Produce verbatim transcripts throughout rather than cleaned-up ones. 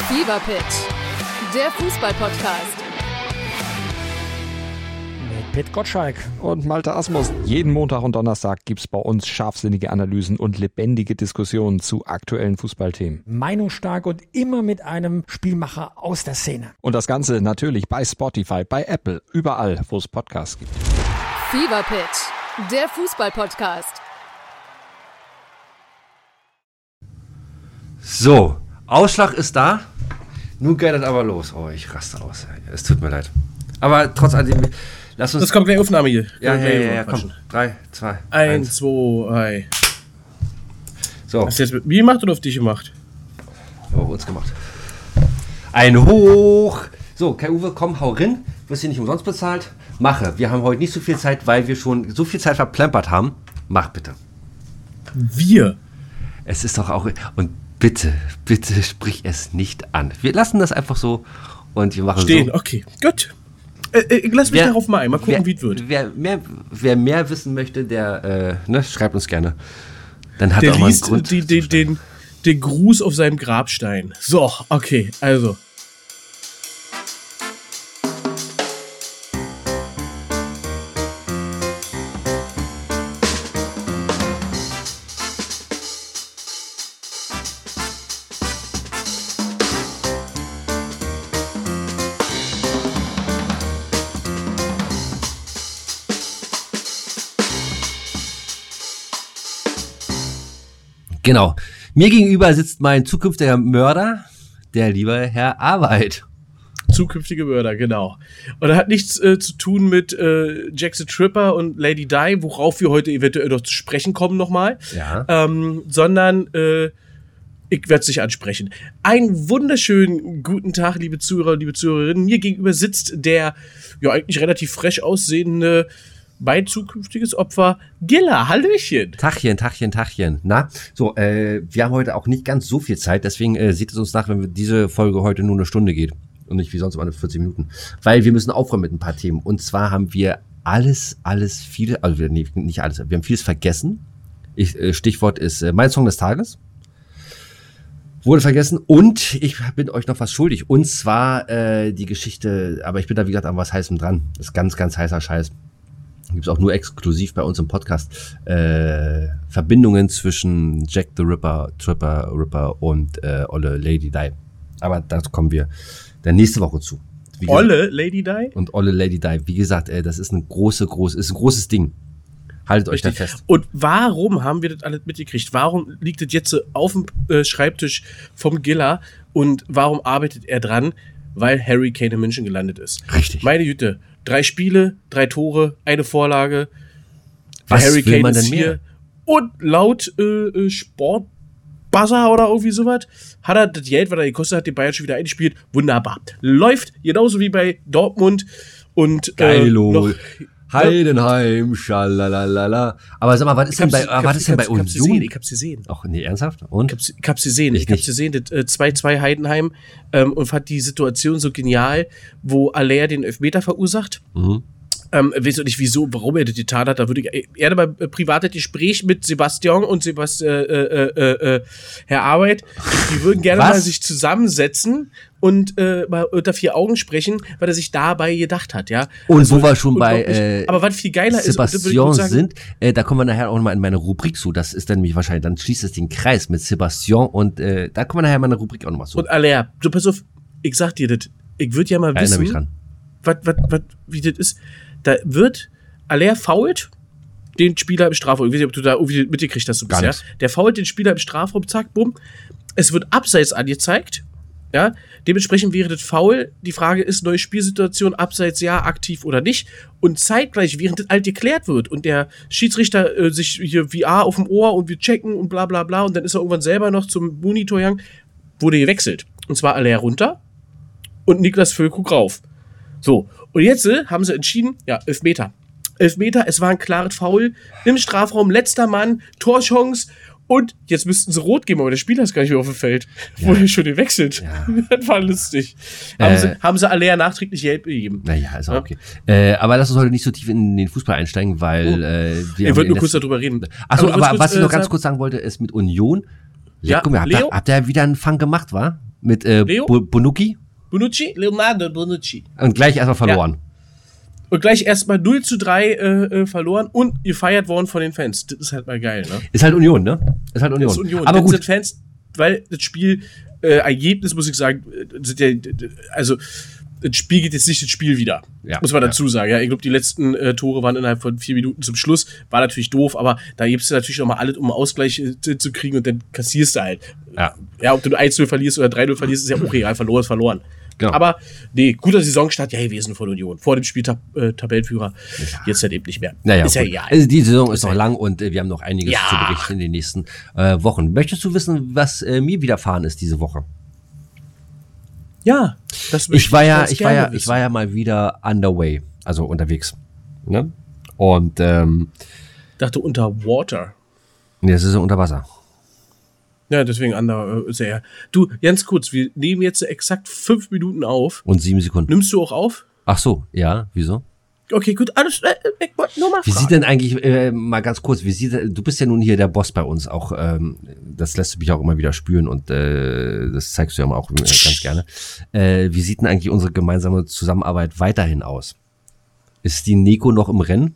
Fever Pitch, der Fußball-Podcast. Mit Pit Gottschalk und Malte Asmus. Jeden Montag und Donnerstag gibt's bei uns scharfsinnige Analysen und lebendige Diskussionen zu aktuellen Fußballthemen. Meinungsstark und immer mit einem Spielmacher aus der Szene. Und das Ganze natürlich bei Spotify, bei Apple, überall, wo es Podcasts gibt. Fever Pitch, der Fußball-Podcast. So, Ausschlag ist da. Nun geht das aber los. Oh, ich raste aus. Es tut mir leid. Aber trotz alledem, lass uns... Das kommt gleich Aufnahme hier. Ja, ja, ja, ja, komm. Drei, zwei, eins. zwei, drei. So. Hast du jetzt mit mir gemacht oder auf dich gemacht? Auf uns gemacht. Ein Hoch. So, Kai Uwe, komm, hau rein. Wirst hier nicht umsonst bezahlt. Mache. Wir haben heute nicht so viel Zeit, weil wir schon so viel Zeit verplempert haben. Mach bitte. Wir? Es ist doch auch... Und bitte, bitte sprich es nicht an. Wir lassen das einfach so und wir machen Stehen, so. Okay, gut. Äh, äh, lass mich wer, darauf mal ein, mal gucken, wer, wie es wird. Wer mehr, wer mehr wissen möchte, der äh, ne, schreibt uns gerne. Dann hat der er auch mal einen liest Grund. Die, die, den, den Gruß auf seinem Grabstein. So, okay, also. Genau. Mir gegenüber sitzt mein zukünftiger Mörder, der liebe Herr Arbeit. Zukünftige Mörder, genau. Und er hat nichts äh, zu tun mit äh, Jack the Tripper und Lady Di, worauf wir heute eventuell noch zu sprechen kommen nochmal. Ja. Ähm, sondern äh, ich werde es nicht ansprechen. Einen wunderschönen guten Tag, liebe Zuhörer und liebe Zuhörerinnen. Mir gegenüber sitzt der ja eigentlich relativ fresh aussehende mein zukünftiges Opfer, Gilla. Hallöchen. Tachchen, Tachchen, Tachchen. Na, so, äh, wir haben heute auch nicht ganz so viel Zeit, deswegen äh, seht es uns nach, wenn wir diese Folge heute nur eine Stunde geht und nicht wie sonst immer vierzig Minuten. Weil wir müssen aufräumen mit ein paar Themen. Und zwar haben wir alles, alles, viele, also nee, nicht alles, wir haben vieles vergessen. Ich, äh, Stichwort ist äh, mein Song des Tages. Wurde vergessen und ich bin euch noch was schuldig. Und zwar äh, die Geschichte, aber ich bin da wie gesagt an was Heißem dran. Das ist ganz, ganz heißer Scheiß. Gibt es auch nur exklusiv bei uns im Podcast, äh, Verbindungen zwischen Jack the Ripper, Tripper, Ripper und äh, Olle Lady Di. Aber dazu kommen wir dann nächste Woche zu. Wie gesagt, Olle Lady Di? Und Olle Lady Di. Wie gesagt, äh, das ist ein große, groß, ist ein großes Ding. Haltet euch da fest. Und warum haben wir das alles mitgekriegt? Warum liegt das jetzt so auf dem äh, Schreibtisch vom Gilla und warum arbeitet er dran? Weil Harry Kane in München gelandet ist. Richtig. Meine Güte. Drei Spiele, drei Tore, eine Vorlage. Was Harry will Kane man ist denn hier. mehr? Und laut äh, Sportbuzzer oder irgendwie sowas hat er das Geld, was er gekostet hat, den Bayern schon wieder eingespielt. Wunderbar. Läuft genauso wie bei Dortmund. Und Geil, äh, noch Heidenheim, schalalala. Aber sag mal, was ist denn bei, ich was ist denn bei Ich hab's Union? gesehen, ich hab's gesehen. Ach, nee, ernsthaft? Und? Ich hab's, ich hab's gesehen, Ich ich, hab's nicht. gesehen, das äh, zwei zwei Heidenheim ähm, und fand die Situation so genial, wo Aller den Elfmeter verursacht. Mhm. Ähm, weiß auch nicht wieso, warum er das getan hat. Da würde ich eher mal äh, privates Gespräch mit Sebastian und Sebastian, äh, äh, äh, äh, Herr Arbeit. Die würden gerne Was? mal sich zusammensetzen und äh, mal unter vier Augen sprechen, weil er sich dabei gedacht hat, ja. Und Also, wo wir schon bei unglaublich. äh, aber was viel geiler ist, und das würde ich Sebastian gut sagen, sind, äh, da kommen wir nachher auch noch mal in meine Rubrik zu. Das ist dann nämlich wahrscheinlich, dann schließt es den Kreis mit Sebastian und äh, da kommen wir nachher in meine Rubrik auch noch mal zu. und Aller, du pass auf, ich sag dir das, ich würde ja mal Erinnere mich wissen, dran. was, was, was, wie das ist. Da wird Aller fault den Spieler im Strafraum. Ich weiß nicht, ob du da irgendwie mitgekriegt hast, so Gar bisher. nichts. Der fault den Spieler im Strafraum, zack, bumm. Es wird abseits angezeigt. Ja, dementsprechend wäre das Foul. Die Frage ist, neue Spielsituation, abseits ja, aktiv oder nicht. Und zeitgleich, während das halt geklärt wird und der Schiedsrichter äh, sich hier V R auf dem Ohr und wir checken und bla bla bla und dann ist er irgendwann selber noch zum Monitor gegangen, wurde gewechselt. Und zwar Aller runter und Niklas Füllkrug rauf. So, und jetzt äh, haben sie entschieden, ja, Elfmeter. Elfmeter, es war ein klares Foul im Strafraum, letzter Mann, Torchance und jetzt müssten sie rot geben, aber der Spieler ist gar nicht mehr auf dem Feld. Ja. Wurde schon gewechselt. Ja. Das war lustig. Äh, haben, sie, haben sie Aller nachträglich Gelb gegeben. Naja, ist auch Ja. okay. Äh, aber lass uns heute nicht so tief in den Fußball einsteigen, weil Oh. äh, wir Ich haben wollte nur in kurz der- darüber reden. Achso, du aber wolltest was ich noch äh, ganz sagen- kurz sagen wollte, ist mit Union. Ja, Guck mal, habt Leo? ihr, habt ihr wieder einen Fang gemacht, wa? mit äh, Leo? Bu- Bonucci. Bonucci? Leonardo Bonucci. Und gleich erstmal verloren. Ja. Und gleich erstmal null zu drei äh, äh, verloren und gefeiert worden von den Fans. Das ist halt mal geil, ne? Ist halt Union, ne? Ist halt Union. Das ist Union. Aber Das gut. sind Fans, weil das Spiel, äh, Ergebnis, muss ich sagen, äh, sind ja, also, das Spiel geht jetzt nicht das Spiel wieder. Ja, muss man ja. dazu sagen. Ja, ich glaube, die letzten äh, Tore waren innerhalb von vier Minuten zum Schluss. War natürlich doof, aber da gibst du natürlich noch mal alles, um einen Ausgleich äh, zu kriegen und dann kassierst du halt. Ja. Ja, ob du eins null verlierst oder drei null verlierst, ist ja auch egal. Verloren ist verloren. Genau. Aber, nee, guter Saisonstart, ja, wir sind von Union. Vor dem Spiel Tab äh, Tabellenführer. Jetzt halt eben nicht mehr. Naja, ist ja gut. egal. Also die Saison ist noch lang und äh, wir haben noch einiges Ja. zu berichten in den nächsten äh, Wochen. Möchtest du wissen, was äh, mir widerfahren ist diese Woche? Ja, das möchte Ich war ja, ganz ich war gerne ja, ich wissen. war ja mal wieder underway, also unterwegs. Ne? Und ähm, dachte Unterwater. nee, es ist ja unter Wasser. Ja, deswegen under äh, ist er ja. Du, ganz kurz, wir nehmen jetzt exakt fünf Minuten auf. Und sieben Sekunden. Nimmst du auch auf? Ach so, ja, wieso? Okay, gut, alles, äh, ich wollte nur mal Wie fragen. sieht denn eigentlich, äh, mal ganz kurz, wie sieht, du bist ja nun hier der Boss bei uns, auch, ähm, das lässt du mich auch immer wieder spüren und äh, das zeigst du ja auch äh, ganz gerne. Äh, wie sieht denn eigentlich unsere gemeinsame Zusammenarbeit weiterhin aus? Ist die Nico noch im Rennen?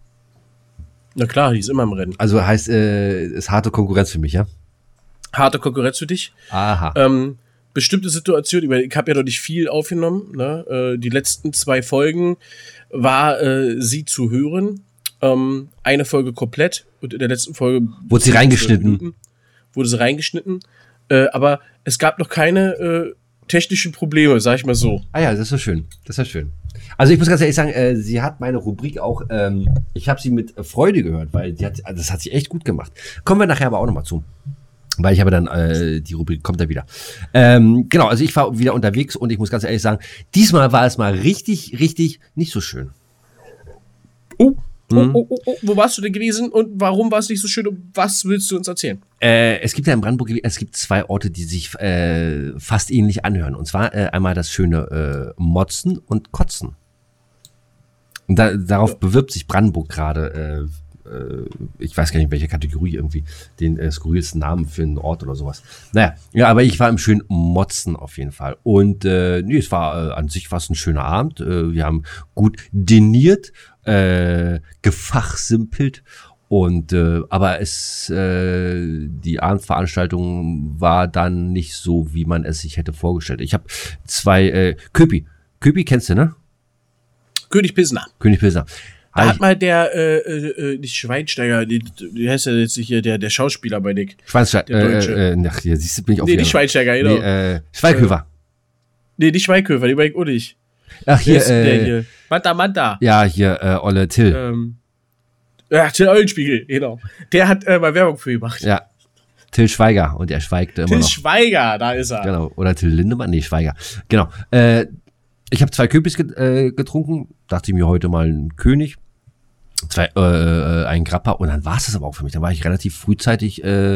Na klar, die ist immer im Rennen. Also heißt, äh, ist harte Konkurrenz für mich, ja? Harte Konkurrenz für dich. Aha. Ähm, bestimmte Situationen, ich meine, ich habe ja noch nicht viel aufgenommen. Ne? Äh, die letzten zwei Folgen war äh, sie zu hören. Ähm, eine Folge komplett und in der letzten Folge Wurde sie reingeschnitten? Minuten wurde sie reingeschnitten. Äh, aber es gab noch keine äh, technischen Probleme, sag ich mal so. Ah ja, das ist so schön. Das ist ja schön. Also ich muss ganz ehrlich sagen, äh, sie hat meine Rubrik auch, ähm, ich habe sie mit Freude gehört, weil die hat, also das hat sie echt gut gemacht. Kommen wir nachher aber auch nochmal zu. Weil ich habe dann, äh, die Rubrik kommt da wieder. Ähm, genau, also ich war wieder unterwegs und ich muss ganz ehrlich sagen, diesmal war es mal richtig, richtig nicht so schön. Oh, oh, oh, oh, oh, wo warst du denn gewesen und warum war es nicht so schön und was willst du uns erzählen? Äh, es gibt ja in Brandenburg, es gibt zwei Orte, die sich äh, fast ähnlich anhören. Und zwar äh, einmal das schöne äh, Motzen und Kotzen. Und da, darauf ja. bewirbt sich Brandenburg gerade, äh, äh, ich weiß gar nicht, welche Kategorie irgendwie, den äh, skurrilsten Namen für einen Ort oder sowas. Naja, ja, aber ich war im schönen Motzen auf jeden Fall. Und äh, nee, es war äh, an sich was ein schöner Abend. Äh, wir haben gut diniert, äh, gefachsimpelt. Und äh, aber es äh, die Abendveranstaltung war dann nicht so, wie man es sich hätte vorgestellt. Ich habe zwei äh, Köpi. Köpi kennst du, ne? König Pilsner. König Pilsner. Da Hab hat ich- mal der, äh, äh, nicht Schweinsteiger, die, die heißt ja jetzt hier, der, der Schauspieler bei Nick. Schweinsteiger. der Deutsche. Äh, äh, ach, hier siehst du, bin ich auf Nee, wieder- nicht Schweinsteiger, genau. Nee, äh, Schweighöfer. Nee, nicht Schweighöfer, die meine ich auch nicht. Ach, Wer hier, ist denn der äh, hier? Manta Manta. ja, hier, äh, Olle Till. Ähm, ja, Till Eulenspiegel, genau. Der hat äh, mal Werbung für gemacht. Ja. Till Schweiger. Und er schweigt immer Till noch. Schweiger, da ist er. Genau. Oder Till Lindemann. Nee, Schweiger. Genau. Äh, ich habe zwei Köpis get, äh, getrunken. Dachte ich mir heute mal ein König. Zwei, äh, ein Grappa. Und dann war es das aber auch für mich. Dann war ich relativ frühzeitig äh,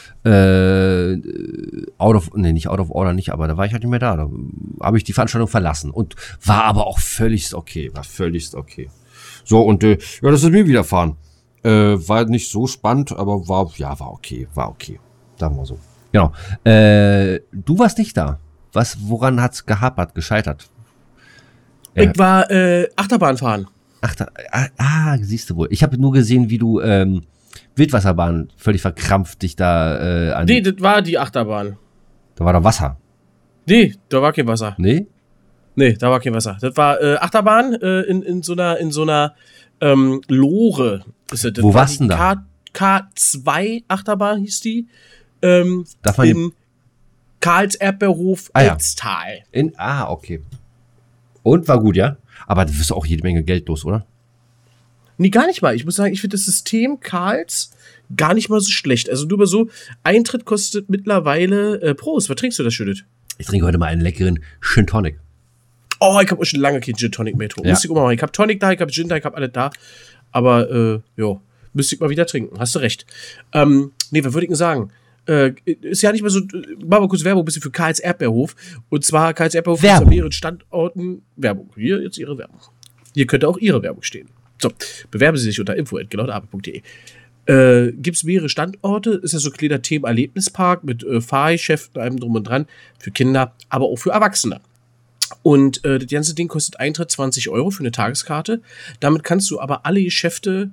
äh, out of, nee, nicht out of order, nicht, aber da war ich halt nicht mehr da. Da habe ich die Veranstaltung verlassen. Und war aber auch völligst okay. War völligst okay. So, und äh, ja, das ist mir widerfahren. Äh, war nicht so spannend, aber war, ja, war okay. War okay. Sagen wir so. Genau. Äh, du warst nicht da. Was, woran hat's gehapert, gescheitert? Ich war äh, Achterbahn fahren. Ach, da, ah, ah, siehst du wohl. Ich habe nur gesehen, wie du ähm, Wildwasserbahn völlig verkrampft dich da äh, an. Nee, das war die Achterbahn. Da war doch Wasser. Nee, da war kein Wasser. Nee? Nee, da war kein Wasser. Das war äh, Achterbahn äh, in, in so einer, in so einer ähm, Lore. Ist das. Das Wo war warst die denn da? K- K zwei Achterbahn hieß die. Ähm, Darf man in Karls Erdbeerhof Ah, ja. Elztal. In, ah, okay. Und war gut, ja? Aber da wirst du auch jede Menge Geld los, oder? Nee, gar nicht mal. Ich muss sagen, ich finde das System Karls gar nicht mal so schlecht. Also nur mal so, Eintritt kostet mittlerweile, äh, Prost, was trinkst du da Schüttet? Ich trinke heute mal einen leckeren Gin Tonic. Oh, ich habe auch schon lange kein Gin Tonic mehr getrunken. Ja. Müsste ich auch mal machen. Ich habe Tonic da, ich habe Gin da, ich habe alles da. Aber, äh, jo, müsste ich mal wieder trinken. Hast du recht. Ähm, nee, was würde ich denn sagen? Äh, ist ja nicht mehr so, machen wir kurz Werbung ein bisschen für Karls Erdbeerhof. Und zwar Karls Erdbeerhof ist an Werbung. mehreren Standorten. Werbung. Hier jetzt Ihre Werbung. Hier könnte auch Ihre Werbung stehen. So, bewerben Sie sich unter info at gelaudabe punkt de. Äh, Gibt es mehrere Standorte, ist ja so ein kleiner Themenerlebnispark mit äh, Fahrgeschäften, allem drum und dran, für Kinder, aber auch für Erwachsene. Und äh, das ganze Ding kostet Eintritt zwanzig Euro für eine Tageskarte. Damit kannst du aber alle Geschäfte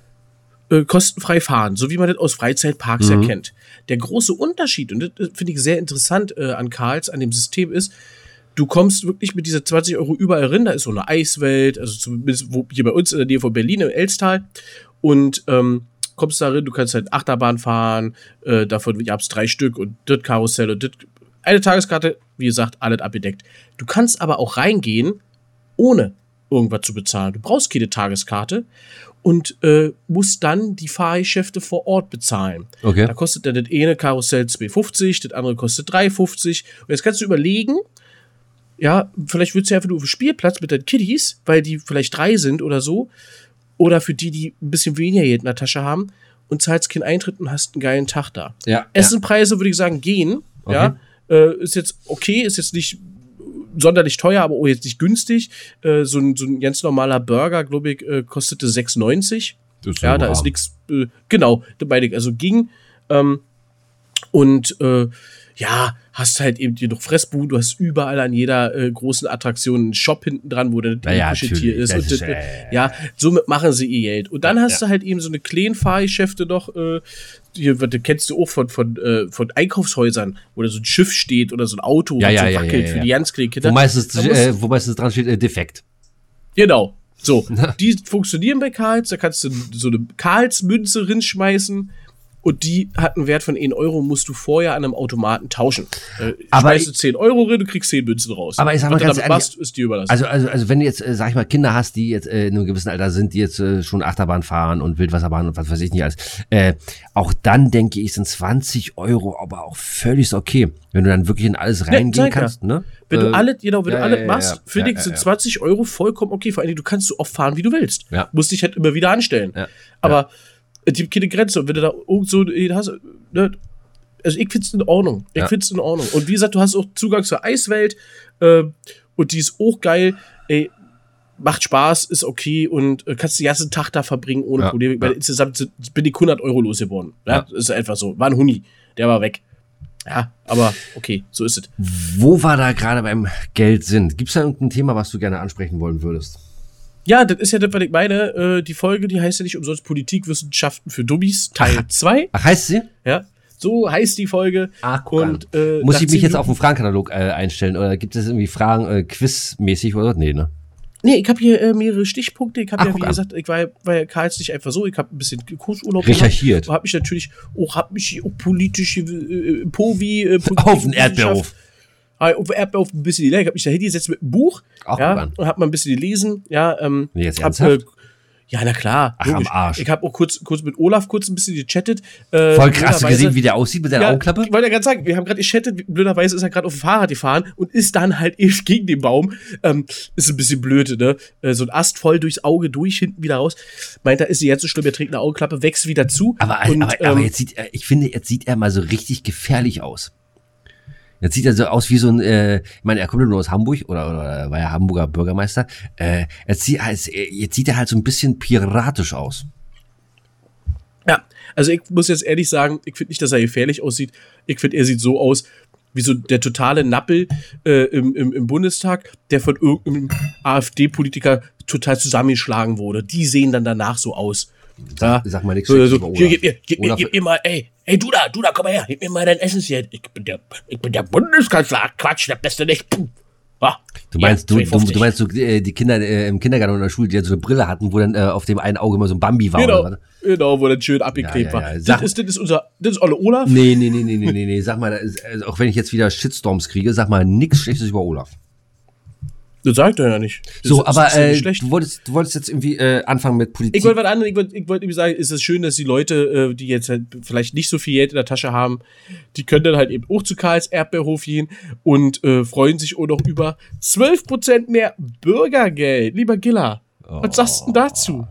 äh, kostenfrei fahren, so wie man das aus Freizeitparks Mhm. ja kennt. Der große Unterschied, und das finde ich sehr interessant äh, an Karls, an dem System ist, du kommst wirklich mit dieser zwanzig Euro überall rein, da ist so eine Eiswelt, also zumindest wo, hier bei uns in der Nähe von Berlin, im Elstal, und ähm, kommst da rein, du kannst halt Achterbahn fahren, äh, davon gab es drei Stück und das Karussell und das, eine Tageskarte, wie gesagt, alles abgedeckt. Du kannst aber auch reingehen, ohne irgendwas zu bezahlen. Du brauchst keine Tageskarte und äh, musst dann die Fahrgeschäfte vor Ort bezahlen. Okay. Da kostet dann das eine Karussell zwei fünfzig, das andere kostet drei fünfzig. Und jetzt kannst du überlegen, ja, vielleicht willst du einfach nur auf den Spielplatz mit deinen Kiddies, weil die vielleicht drei sind oder so. Oder für die, die ein bisschen weniger Geld in der Tasche haben und zahlst keinen Eintritt und hast einen geilen Tag da. Ja. Essenpreise würde ich sagen, gehen. Okay. Ja, äh, ist jetzt okay, ist jetzt nicht sonderlich teuer, aber auch jetzt nicht günstig. Äh, so, ein, so ein ganz normaler Burger, glaube ich, äh, kostete sechs neunzig. Das ist Ja, ja da warm. ist nichts. Äh, genau, da meine ich, also ging. Ähm, und äh, ja, hast halt eben genug Fressbuden, du hast überall an jeder äh, großen Attraktion einen Shop hinten dran, wo das Na ja, Kuscheltier natürlich, ist. das Und ist, das, äh, ja, somit machen sie ihr Geld. Und dann hast du halt eben so eine kleinen Fahrgeschäfte noch, äh, die, die kennst du auch von, von, äh, von Einkaufshäusern, wo da so ein Schiff steht oder so ein Auto, Ja, was ja, so ja, wackelt ja, ja. für die ganz kleinen Kinder. Wo meistens, Da musst- äh, wo meistens dran steht, äh, defekt. Genau. So, die funktionieren bei Karls, da kannst du so eine Karls-Münze rinschmeißen und die hat einen Wert von ein Euro, musst du vorher an einem Automaten tauschen. Äh, Aber schmeißt ich- du zehn Euro rein, du kriegst zehn Münzen raus. Aber ich sag mal Was du ganz damit ehrlich, machst, ist dir überlassen. Also, also, also wenn du jetzt, äh, sag ich mal, Kinder hast, die jetzt äh, in einem gewissen Alter sind, die jetzt äh, schon Achterbahn fahren und Wildwasserbahn und was weiß ich nicht alles, äh, auch dann denke ich, sind zwanzig Euro aber auch völlig okay, wenn du dann wirklich in alles reingehen sag ja. kannst, ne? wenn Äh, du alles, genau, wenn ja, du alles ja, ja, machst, ja. finde Ja, ich, ja, sind ja. zwanzig Euro vollkommen okay. Vor allem, du kannst so oft fahren, wie du willst. Ja. Musst dich halt immer wieder anstellen. Ja. Aber es gibt keine Grenze. Und wenn du da irgend so äh, hast, ne, also ich find's in Ordnung. Ich Ja. find's in Ordnung. Und wie gesagt, du hast auch Zugang zur Eiswelt äh, und die ist auch geil. Ey, macht Spaß, ist okay und äh, kannst den ganzen Tag da verbringen ohne Ja, Probleme. Weil ja. insgesamt sind, bin ich hundert Euro losgeworden. Ja, Ja. Das ist einfach so. War ein Huni. Der war weg. Ja, aber okay, so ist es. Wo wir da gerade beim Geld sind, gibt's da irgendein Thema, was du gerne ansprechen wollen würdest? Ja, das ist ja das, was ich meine. Äh, die Folge, die heißt ja nicht umsonst Politikwissenschaften für Dummies, Teil zwei. Ach, heißt sie? Ja, so heißt die Folge. Ah, guck Und, an. äh, Muss nach ich mich zehn jetzt Minuten- auf den Fragenkatalog äh, einstellen oder gibt es irgendwie Fragen äh, quizmäßig oder? Nee, ne? Nee, ich habe hier äh, mehrere Stichpunkte. Ich habe Ach, ja, guck wie an. gesagt, ich war, ja- war ja Karls nicht einfach so. Ich habe ein bisschen Kursurlaub Recherchiert. Habe mich natürlich auch, hab mich auch politische äh, Povi, äh, Auf den Erdbeerhof. Ah, auf den Erdbeerhof ein bisschen gelernt. Ich habe mich da hingesetzt mit einem Buch. Ach, ja, guck an. und habe mal ein bisschen gelesen. Ja, ähm, Nee, jetzt hab, ernsthaft? äh, ja, na klar. Ach, am logisch. Arsch. Ich habe auch kurz, kurz mit Olaf kurz ein bisschen gechattet. Äh, Voll krass, du blöderweise- gesehen, wie der aussieht mit der ja, Augenklappe? Ich wollte ja gerade sagen, wir haben gerade gechattet, blöderweise ist er gerade auf dem Fahrrad gefahren und ist dann halt eben gegen den Baum. Ähm, ist ein bisschen blöd, ne? Äh, so ein Ast voll durchs Auge durch, hinten wieder raus. Meint er, ist sie jetzt so schlimm, er trägt eine Augenklappe, wächst wieder zu. Aber, und, aber, aber ähm, jetzt sieht er, ich finde, jetzt sieht er mal so richtig gefährlich aus. Jetzt sieht er so aus wie so ein, äh, ich meine, er kommt ja nur aus Hamburg oder, oder war ja Hamburger Bürgermeister. Äh, jetzt, sieht, jetzt, jetzt sieht er halt so ein bisschen piratisch aus. Ja, also ich muss jetzt ehrlich sagen, ich finde nicht, dass er gefährlich aussieht. Ich finde, er sieht so aus, wie so der totale Nappel äh, im, im, im Bundestag, der von irgendeinem AfD-Politiker total zusammengeschlagen wurde. Die sehen dann danach so aus. Ja. Sag mal nichts So, Schlechtes so, über Olaf. hier, gib mir, gib mir, Olaf- gib mir mal, ey, ey, du da, du da, komm mal her, gib mir mal dein Essensgeld. Ich bin der, ich bin der Bundeskanzler, Quatsch, der Beste nicht. Puh. Ah, Du meinst, hier, du, du, zwei fünfzig. du meinst so, äh, die Kinder äh, im Kindergarten oder in der Schule, die dann so eine Brille hatten, wo dann äh, auf dem einen Auge immer so ein Bambi war. Genau, Oder was? genau, wo dann schön abgeklebt Ja, ja, ja. war. Sag- Das ist, das ist unser, das ist Olle Olaf. Nee, nee, nee, nee, nee, nee, nee. Sag mal, da ist, also auch wenn ich jetzt wieder Shitstorms kriege, sag mal nichts Schlechtes über Olaf. Das sagt er ja nicht. Das So, ist, aber das ist ja äh, nicht schlecht. du, wolltest, du wolltest jetzt irgendwie äh, anfangen mit Politik. Ich wollte was anderes, ich wollte ich wollte eben sagen, ist es schön, dass die Leute, äh, die jetzt halt vielleicht nicht so viel Geld in der Tasche haben, die können dann halt eben auch zu Karls Erdbeerhof gehen und äh, freuen sich auch noch über zwölf Prozent mehr Bürgergeld. Lieber Gilla, was sagst du denn dazu?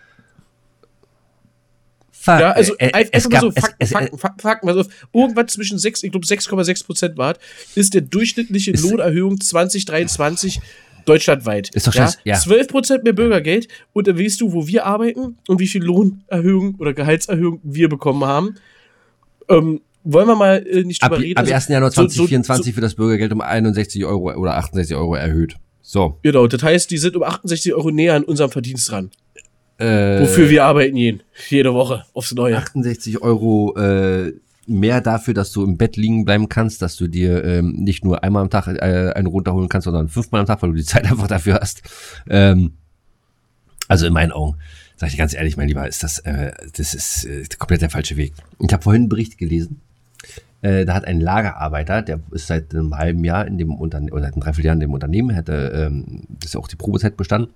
Fuck, Ja, also äh, äh, einfach es mal gab, so es, Fakten, es, Fakten, Fakten, Fakten. Also irgendwas zwischen sechs, ich glaube sechs Komma sechs Prozent Watt, ist der durchschnittliche Ist- Lohnerhöhung zwanzig dreiundzwanzig Deutschlandweit. Ist doch scheiße, ja. zwölf Prozent mehr Bürgergeld und dann weißt du, wo wir arbeiten und wie viel Lohnerhöhung oder Gehaltserhöhung wir bekommen haben. Ähm, wollen wir mal äh, nicht drüber ab, reden? Ab also, ersten Januar zwanzig vierundzwanzig so, so, wird das Bürgergeld um einundsechzig Euro oder achtundsechzig Euro erhöht. So. Genau, das heißt, die sind um achtundsechzig Euro näher an unserem Verdienst dran. Äh, Wofür wir arbeiten jeden, jede Woche aufs Neue. achtundsechzig Euro äh, mehr dafür, dass du im Bett liegen bleiben kannst, dass du dir ähm, nicht nur einmal am Tag äh, eine runterholen kannst, sondern fünfmal am Tag, weil du die Zeit einfach dafür hast. Ähm, also in meinen Augen, sag ich dir ganz ehrlich, mein Lieber, ist das, äh, das ist äh, komplett der falsche Weg. Ich habe vorhin einen Bericht gelesen, äh, da hat ein Lagerarbeiter, der ist seit einem halben Jahr in dem Unternehmen, oder seit einem Dreivierteljahr in dem Unternehmen, hätte ähm, das ist auch die Probezeit bestanden.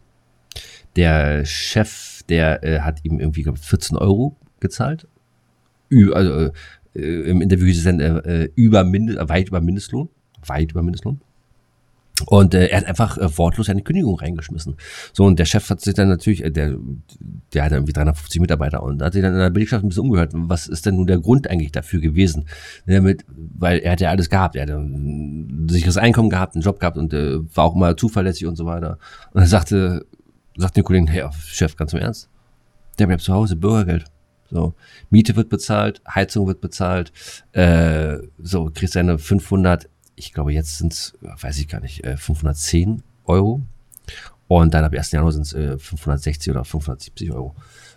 Der Chef, der äh, hat ihm irgendwie, glaube ich, vierzehn Euro gezahlt. Ü- also äh, im Interview hieß es dann äh, über Mind- weit über Mindestlohn. Weit über Mindestlohn. Und äh, er hat einfach äh, wortlos eine Kündigung reingeschmissen. So, und der Chef hat sich dann natürlich, äh, der, der hat irgendwie dreihundertfünfzig Mitarbeiter und hat sich dann in der Belegschaft ein bisschen umgehört. Was ist denn nun der Grund eigentlich dafür gewesen? Damit, weil er hat ja alles gehabt. Er hatte ein sicheres Einkommen gehabt, einen Job gehabt und äh, war auch immer zuverlässig und so weiter. Und er sagte, sagt den Kollegen, hey, Chef, ganz im Ernst? Der bleibt zu Hause, Bürgergeld. So, Miete wird bezahlt, Heizung wird bezahlt, äh, so, kriegst deine fünfhundert, ich glaube jetzt sind es, weiß ich gar nicht, äh, fünfhundertzehn Euro und dann ab ersten Januar sind es äh, fünfhundertsechzig oder fünfhundertsiebzig Euro,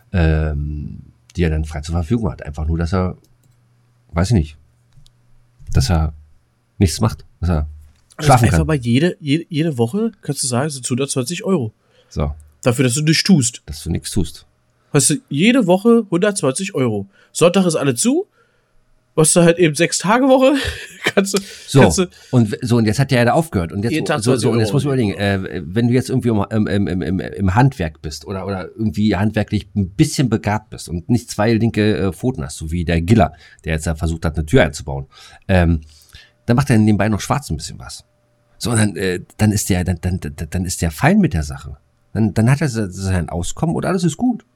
ähm, die er dann frei zur Verfügung hat. Einfach nur, dass er, weiß ich nicht, dass er nichts macht, dass er also schlafen einfach kann. mal jede, jede, jede Woche, kannst du sagen, sind hundertzwanzig Euro. So, Dafür, dass du nichts tust. dass du nichts tust. Hast du jede Woche hundertzwanzig Euro. Sonntag ist alle zu. Was du halt eben sechs Tage Woche. kannst du, So, kannst du, und so, und jetzt hat der ja da aufgehört. Und Jeden jetzt, Tag so, so, und jetzt zwanzig muss man überlegen, äh, wenn du jetzt irgendwie im, im, im, im, im Handwerk bist oder, oder irgendwie handwerklich ein bisschen begabt bist und nicht zwei linke äh, Pfoten hast, so wie der Giller, der jetzt da versucht hat, eine Tür einzubauen, ähm, dann macht er nebenbei noch schwarz ein bisschen was. So, und dann, äh, dann ist der, dann, dann, dann ist der fein mit der Sache. Dann, dann hat er sein Auskommen und alles ist gut.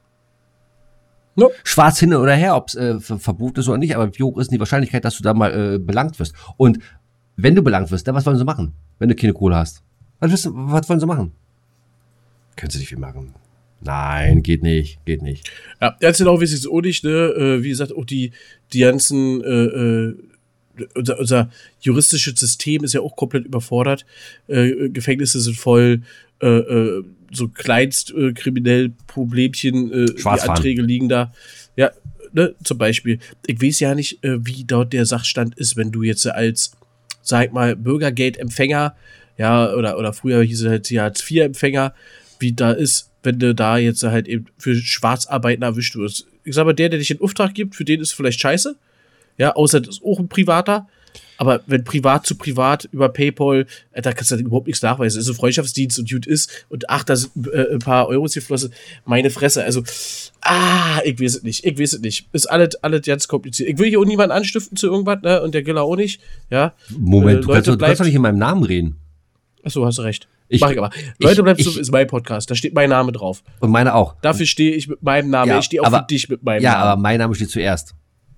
No. Schwarz hin oder her, ob es äh, verboten ist oder nicht, aber wie hoch ist denn die Wahrscheinlichkeit, dass du da mal äh, belangt wirst? Und wenn du belangt wirst, dann was wollen sie machen, wenn du keine Kohle hast? Was, wirst du, was wollen sie machen? Können sie nicht viel machen. Nein, geht nicht, geht nicht. ja, ganz genau weiß ich es auch nicht, ne? Äh, wie gesagt, auch die, die ganzen, äh, äh, unser, unser juristisches System ist ja auch komplett überfordert. Äh, Gefängnisse sind voll, äh, äh, so kleinst äh, kriminell Problemchen, äh, die Anträge liegen da. Ja, ne, zum Beispiel. Ich weiß ja nicht, äh, wie dort der Sachstand ist, wenn du jetzt als, sag mal, Bürgergeldempfänger, ja, oder, oder früher hieß es halt hier Hartz vier Empfänger, wie da ist, wenn du da jetzt halt eben für Schwarzarbeiten erwischt wirst. Ich sag mal, der, der dich in Auftrag gibt, für den ist vielleicht scheiße. Ja, außer das ist auch ein Privater. Aber wenn privat zu privat über PayPal, äh, da kannst du halt überhaupt nichts nachweisen. Es ist ein Freundschaftsdienst und gut ist. Und ach, da sind äh, ein paar Euros geflossen. Meine Fresse. Also, ah, ich weiß es nicht. Ich weiß es nicht. Ist alles, alles ganz kompliziert. Ich will hier auch niemanden anstiften zu irgendwas, ne? Und der Giller auch nicht. Ja. Moment, äh, du, kannst, du kannst doch nicht in meinem Namen reden. Achso, hast du recht. Ich, Mach ich aber. Leute, bleibt so, ich, ist mein Podcast. Da steht mein Name drauf. Und meine auch. Dafür stehe ich mit meinem Namen. Ja, ich stehe auch aber, für dich mit meinem ja, Namen. Ja, aber mein Name steht zuerst.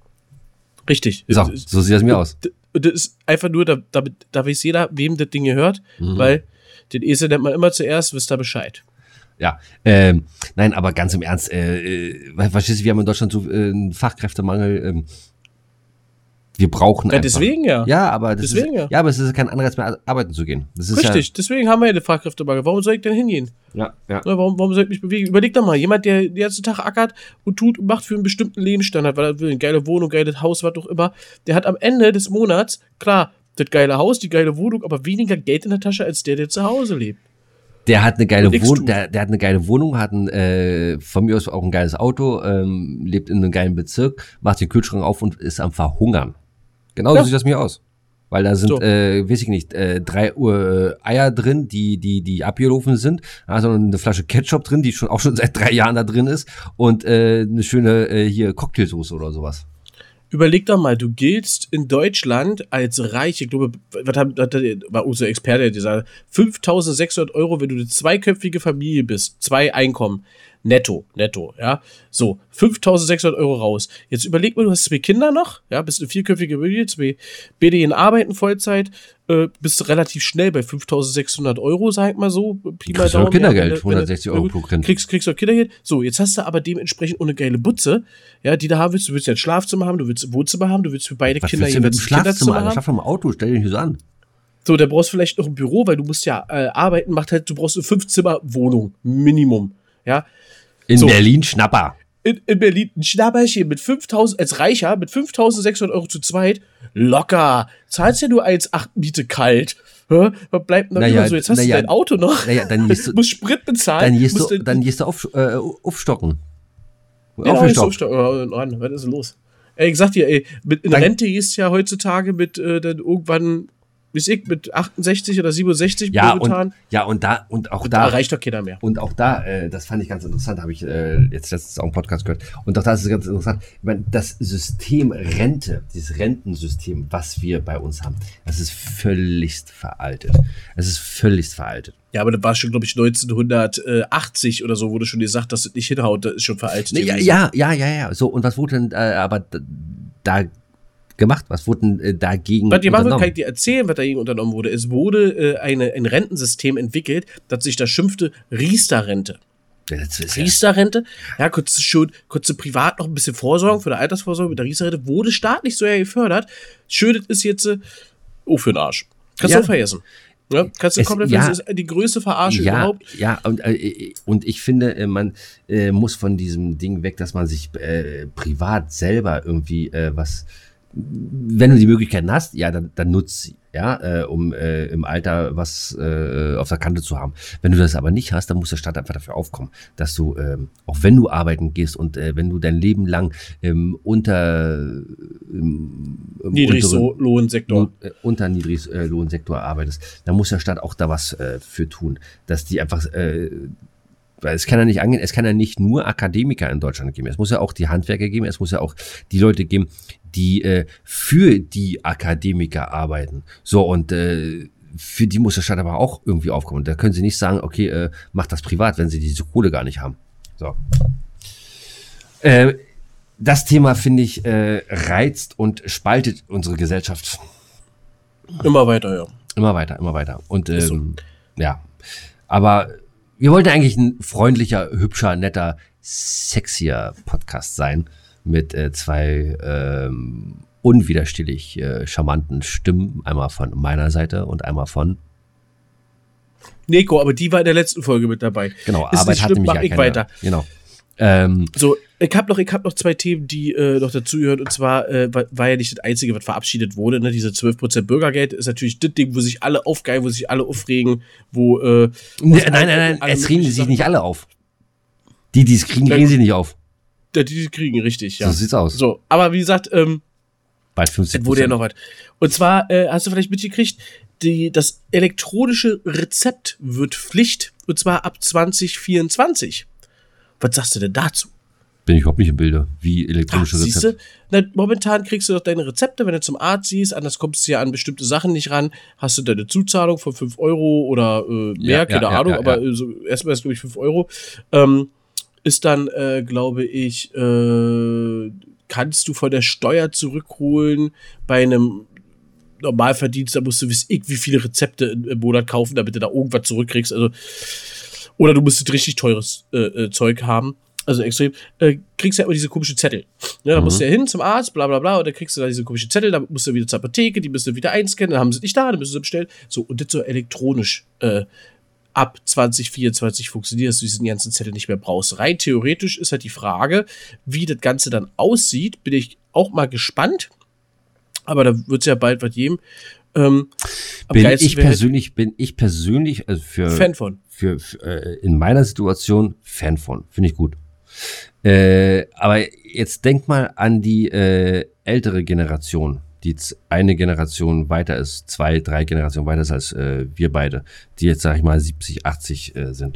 Richtig. So, so sieht das mir aus. Und das ist einfach nur, da, damit, da weiß jeder, wem das Ding gehört, mhm. weil den Esel nennt man immer zuerst, wisst ihr Bescheid. Ja, ähm, nein, aber ganz im Ernst, äh, äh, verstehst du, wir haben in Deutschland so äh, einen Fachkräftemangel, ähm, wir brauchen ja, einfach. deswegen ja. Ja, aber das deswegen ist, ja. ja, aber es ist kein Anreiz mehr, arbeiten zu gehen. Das ist Richtig, ja, deswegen haben wir ja eine Fachkräftemangel. Warum soll ich denn hingehen? Ja, ja. Na, warum, warum soll ich mich bewegen? Überleg doch mal, jemand, der den ganzen Tag ackert und tut und macht für einen bestimmten Lebensstandard, weil er will, eine geile Wohnung, geiles Haus, was auch immer, der hat am Ende des Monats, klar, das geile Haus, die geile Wohnung, aber weniger Geld in der Tasche, als der, der zu Hause lebt. Der hat eine geile Wohnung, tut. der, der hat eine geile Wohnung, hat ein, äh, von mir aus auch ein geiles Auto, ähm, lebt in einem geilen Bezirk, macht den Kühlschrank auf und ist am Verhungern. Genauso Ja. sieht das mir aus. Weil da sind, So. äh, weiß ich nicht, äh, drei Uhr äh, Eier drin, die, die, die abgelaufen sind. Also eine Flasche Ketchup drin, die schon auch schon seit drei Jahren da drin ist. Und äh, eine schöne äh, hier Cocktailsoße oder sowas. Überleg doch mal, du giltst in Deutschland als reich, ich glaube, was hat, hat war unser Experte gesagt, fünftausendsechshundert Euro, wenn du eine zweiköpfige Familie bist, zwei Einkommen, netto, netto, ja, so, fünftausendsechshundert Euro raus. Jetzt überleg mal, du hast zwei Kinder noch, ja, bist eine vierköpfige Familie, zwei beide in Arbeiten Vollzeit, äh, bist du relativ schnell bei fünftausendsechshundert Euro, sag mal so. Pi mal Kriegst du auch Daumen, Kindergeld, ja, wenn du- hundertsechzig Euro pro Kind. Kriegst, kriegst du auch Kindergeld. So, jetzt hast du aber dementsprechend auch eine geile Butze, ja, die da haben willst. Du willst ja ein Schlafzimmer haben, du willst ein Wohnzimmer haben, du willst für beide Was Kinder willst du mit dem jeweils ein Schlafzimmer? Kinderzimmer Alter? haben. Schlaf doch im Auto, stell dich nicht so an. So, da brauchst du vielleicht noch ein Büro, weil du musst ja äh, arbeiten, macht halt, du brauchst eine Fünf-Zimmer-Wohnung, Minimum, ja. In So. Berlin Schnapper. In, in Berlin ein Schnapperchen mit fünftausend, als Reicher, mit fünftausendsechshundert Euro zu zweit, locker. Zahlst ja nur eins Komma acht Miete kalt. Hä? Was bleibt denn noch Naja, über so? Jetzt hast naja, du dein Auto noch. Naja, dann gehst du, musst Sprit bezahlen. dann gehst musst du, dann gehst du auf, äh, aufstocken. Ja, Aufgestockt. so, oh, Mann, was ist denn los? Ey, ich sag dir, ey, mit, in Dann- Rente ist ja heutzutage mit äh, dann irgendwann, bis ich, mit achtundsechzig oder siebenundsechzig Ja, momentan. und, ja, und da, und auch Da da, reicht doch keiner mehr. und auch da, äh, das fand ich ganz interessant, habe ich äh, jetzt letztens auch im Podcast gehört. Und auch da ist es ganz interessant. Ich meine, das System Rente, dieses Rentensystem, was wir bei uns haben, das ist völligst veraltet. Es ist völligst veraltet. Ja, aber das war schon, glaube ich, neunzehnhundertachtzig oder so, wurde schon gesagt, dass das nicht hinhaut, das ist schon veraltet. Nee, ja, gewesen. ja, ja, ja, ja. So, und was wurde denn äh, aber da, da gemacht? Was wurde denn äh, dagegen Was die machen, unternommen? kann ich dir erzählen, was dagegen unternommen wurde. Es wurde äh, eine, ein Rentensystem entwickelt, das sich das schimpfte Riester-Rente. Das ist ja, Riester-Rente, ja, konntest du schon, konntest du privat noch ein bisschen vorsorgen für die Altersvorsorge mit der Riester-Rente, wurde staatlich so ja gefördert. Schön, das ist jetzt, äh, oh, für den Arsch. Kannst Ja. du vergessen. Ja, kannst du Es- komplett ja. vergessen. Das ist die größte Verarschung ja, überhaupt. ja, und, äh, und ich finde, äh, man äh, muss von diesem Ding weg, dass man sich äh, privat selber irgendwie äh, was, wenn du die Möglichkeiten hast, ja, dann, dann nutzt sie, ja, äh, um äh, im Alter was äh, auf der Kante zu haben. Wenn du das aber nicht hast, dann muss der Staat einfach dafür aufkommen, dass du, ähm, auch wenn du arbeiten gehst und äh, wenn du dein Leben lang ähm, unter im, im unteren- Niedriglohnsektor. äh, unter Niedriglohnsektor arbeitest, dann muss der Staat auch da was äh, für tun, dass die einfach, äh, weil es kann ja nicht angehen, es kann ja nicht nur Akademiker in Deutschland geben, es muss ja auch die Handwerker geben, es muss ja auch die Leute geben, die äh, für die Akademiker arbeiten. So, und äh, für die muss der Staat aber auch irgendwie aufkommen. Und da können sie nicht sagen, okay, äh, macht das privat, wenn sie diese Kohle gar nicht haben. So. Äh, das Thema, finde ich, äh, reizt und spaltet unsere Gesellschaft Immer weiter, ja. immer weiter, immer weiter. Und Ist so. ähm, ja, aber wir wollten eigentlich ein freundlicher, hübscher, netter, sexier Podcast sein mit äh, zwei ähm, unwiderstehlich äh, charmanten Stimmen, einmal von meiner Seite und einmal von Nico, aber die war in der letzten Folge mit dabei. genau Ist Arbeit nicht hat schlimm, nämlich mach ja ich keine, weiter. genau. Ähm, So, ich hab noch, ich hab noch zwei Themen, die äh, noch dazugehören. Und zwar äh, war, war ja nicht das Einzige, was verabschiedet wurde. Ne? Diese zwölf Prozent Bürgergeld ist natürlich das Ding, wo sich alle aufgeilen, wo sich alle aufregen, wo. Äh, nee, wo nein, nein, nein, alle es regen möglichen sich Sachen- nicht alle auf. Die, die es kriegen, Ja, regen gut. sich nicht auf. Ja, die, die kriegen, richtig, ja. So sieht's aus. So, aber wie gesagt, ähm, Bald fünfzig es wurde ja noch was. Und zwar, äh, hast du vielleicht mitgekriegt, die, das elektronische Rezept wird Pflicht, und zwar ab zwanzig vierundzwanzig. Was sagst du denn dazu? Bin ich überhaupt nicht im Bilde. Wie elektronische Siehst Rezepte. du, na, momentan kriegst du doch deine Rezepte, wenn du zum Arzt siehst, anders kommst du ja an bestimmte Sachen nicht ran, hast du deine Zuzahlung von fünf Euro oder äh, mehr, Ja, keine ja, ja, Ahnung, ja, aber ja. äh, so, erstmal ist glaube ich fünf Euro. Ähm, ist dann, äh, glaube ich, äh, kannst du von der Steuer zurückholen bei einem Normalverdienst, da musst du wissen, ich, wie viele Rezepte im, im Monat kaufen, damit du da irgendwas zurückkriegst. Also, oder du musst richtig teures äh, äh, Zeug haben. Also extrem, äh, kriegst ja immer diese komischen Zettel. Ja, da Mhm. musst du ja hin zum Arzt, bla bla bla, und dann kriegst du da diese komischen Zettel, dann musst du wieder zur Apotheke, die müssen du wieder einscannen, dann haben sie nicht da, dann müssen sie bestellen. So, und das so elektronisch äh, ab zwanzig vierundzwanzig funktioniert, dass du diesen ganzen Zettel nicht mehr brauchst. Rein theoretisch ist halt die Frage, wie das Ganze dann aussieht, bin ich auch mal gespannt. Aber da wird es ja bald was geben. Ähm, am Bin geilsten ich wär halt persönlich, bin ich persönlich, also für, Fan von. für, für äh, in meiner Situation Fan von. Finde ich gut. Äh, aber jetzt denk mal an die äh, ältere Generation, die z- eine Generation weiter ist, zwei, drei Generationen weiter ist als äh, wir beide, die jetzt, sag ich mal, siebzig, achtzig äh, sind.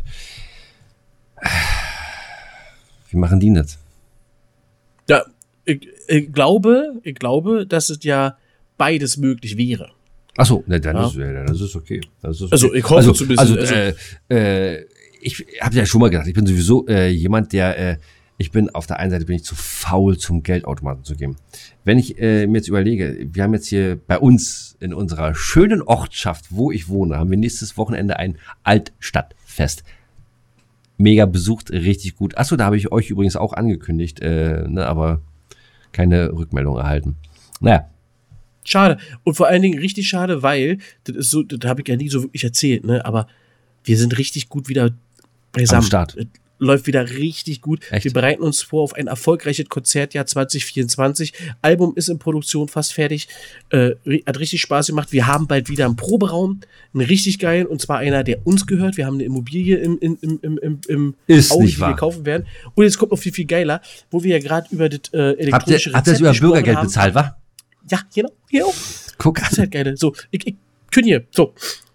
Wie machen die das? Ja, ich, ich glaube, ich glaube, dass es ja beides möglich wäre. Ach so, na, dann, Ja. ist, ja, das ist okay. Das ist okay. Also, ich hoffe also, zumindest, Also, also- äh, äh, ich habe ja schon mal gedacht, ich bin sowieso äh, jemand, der äh, Ich bin auf der einen Seite bin ich zu faul, zum Geldautomaten zu gehen. Wenn ich äh, mir jetzt überlege, wir haben jetzt hier bei uns in unserer schönen Ortschaft, wo ich wohne, haben wir nächstes Wochenende ein Altstadtfest. Mega besucht, richtig gut. Achso, da habe ich euch übrigens auch angekündigt, äh, ne, aber keine Rückmeldung erhalten. Naja. Schade. Und vor allen Dingen richtig schade, weil, das ist so, das habe ich ja nie so wirklich erzählt, ne, aber wir sind richtig gut wieder beisammen. Am Start. Läuft wieder richtig gut. Echt? Wir bereiten uns vor auf ein erfolgreiches Konzertjahr zwanzig vierundzwanzig. Album ist in Produktion, fast fertig. Äh, hat richtig Spaß gemacht. Wir haben bald wieder einen Proberaum, einen richtig geilen, und zwar einer, der uns gehört. Wir haben eine Immobilie im, im, im, im, im ist Audi, nicht die wahr. wir kaufen werden. Und jetzt kommt noch viel, viel geiler, wo wir ja gerade über das äh, elektronische Habt ihr, Rezept habt ihr das über gesprochen Bürgergeld haben. bezahlt, wa? Ja, genau. genau. Guck Das ist an. halt geil. So, ich, ich kündige. So.